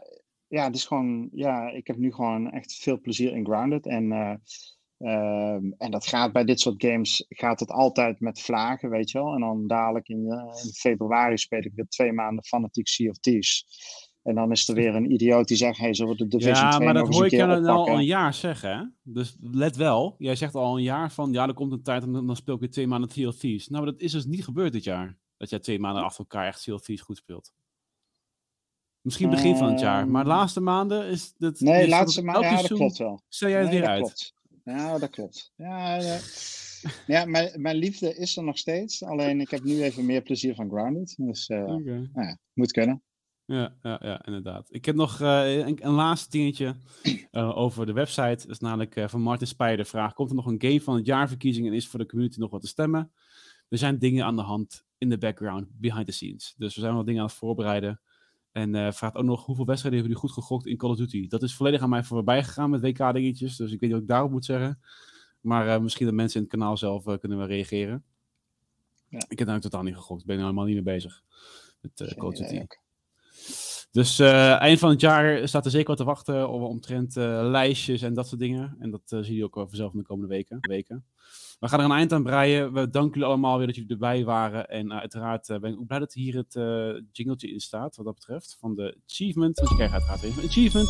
[SPEAKER 2] het is gewoon, ik heb nu gewoon echt veel plezier in Grounded. En dat gaat bij dit soort games, gaat het altijd met vlagen, weet je wel. En dan dadelijk in februari speel ik weer 2 maanden fanatiek Sea of Thieves. En dan is er weer een idioot die zegt, hey, zullen we de Division 2 nog eens een keer oppakken?
[SPEAKER 1] Ja, maar dat hoor ik je al een jaar zeggen, hè? Dus let wel, jij zegt al een jaar van, er komt een tijd en dan speel ik weer 2 maanden Sea of Thieves. Nou, maar dat is dus niet gebeurd dit jaar. Dat jij 2 maanden achter elkaar echt Sea of Thieves goed speelt. Misschien begin van het jaar, maar de laatste maanden is het...
[SPEAKER 2] Nee, laatste maanden, dat klopt wel.
[SPEAKER 1] Stel jij het weer uit?
[SPEAKER 2] Klopt. Ja, dat klopt. Ja, mijn liefde is er nog steeds. Alleen ik heb nu even meer plezier van Grounded. Dus moet kunnen.
[SPEAKER 1] Ja, inderdaad. Ik heb nog een laatste dingetje over de website. Dat is namelijk van Martin Speijer de vraag. Komt er nog een game van het jaarverkiezing en is voor de community nog wat te stemmen? Er zijn dingen aan de hand in de background, behind the scenes. Dus we zijn wel dingen aan het voorbereiden. En vraagt ook nog, hoeveel wedstrijden hebben jullie goed gegokt in Call of Duty? Dat is volledig aan mij voorbij gegaan met WK-dingetjes. Dus ik weet niet wat ik daarop moet zeggen. Maar misschien dat mensen in het kanaal zelf kunnen we reageren. Ja. Ik heb daar totaal niet gegokt. Ik ben er helemaal niet mee bezig. Met Call of Duty. Dus eind van het jaar staat er zeker wat te wachten omtrent lijstjes en dat soort dingen. En dat zie je ook vanzelf in de komende weken. We gaan er een eind aan breien. We danken jullie allemaal weer dat jullie erbij waren. En uiteraard ben ik ook blij dat hier het jingletje in staat, wat dat betreft. Van de achievement. Dus ik krijg uiteraard even een achievement.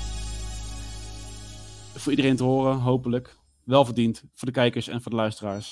[SPEAKER 1] Voor iedereen te horen, hopelijk. Wel verdiend. Voor de kijkers en voor de luisteraars.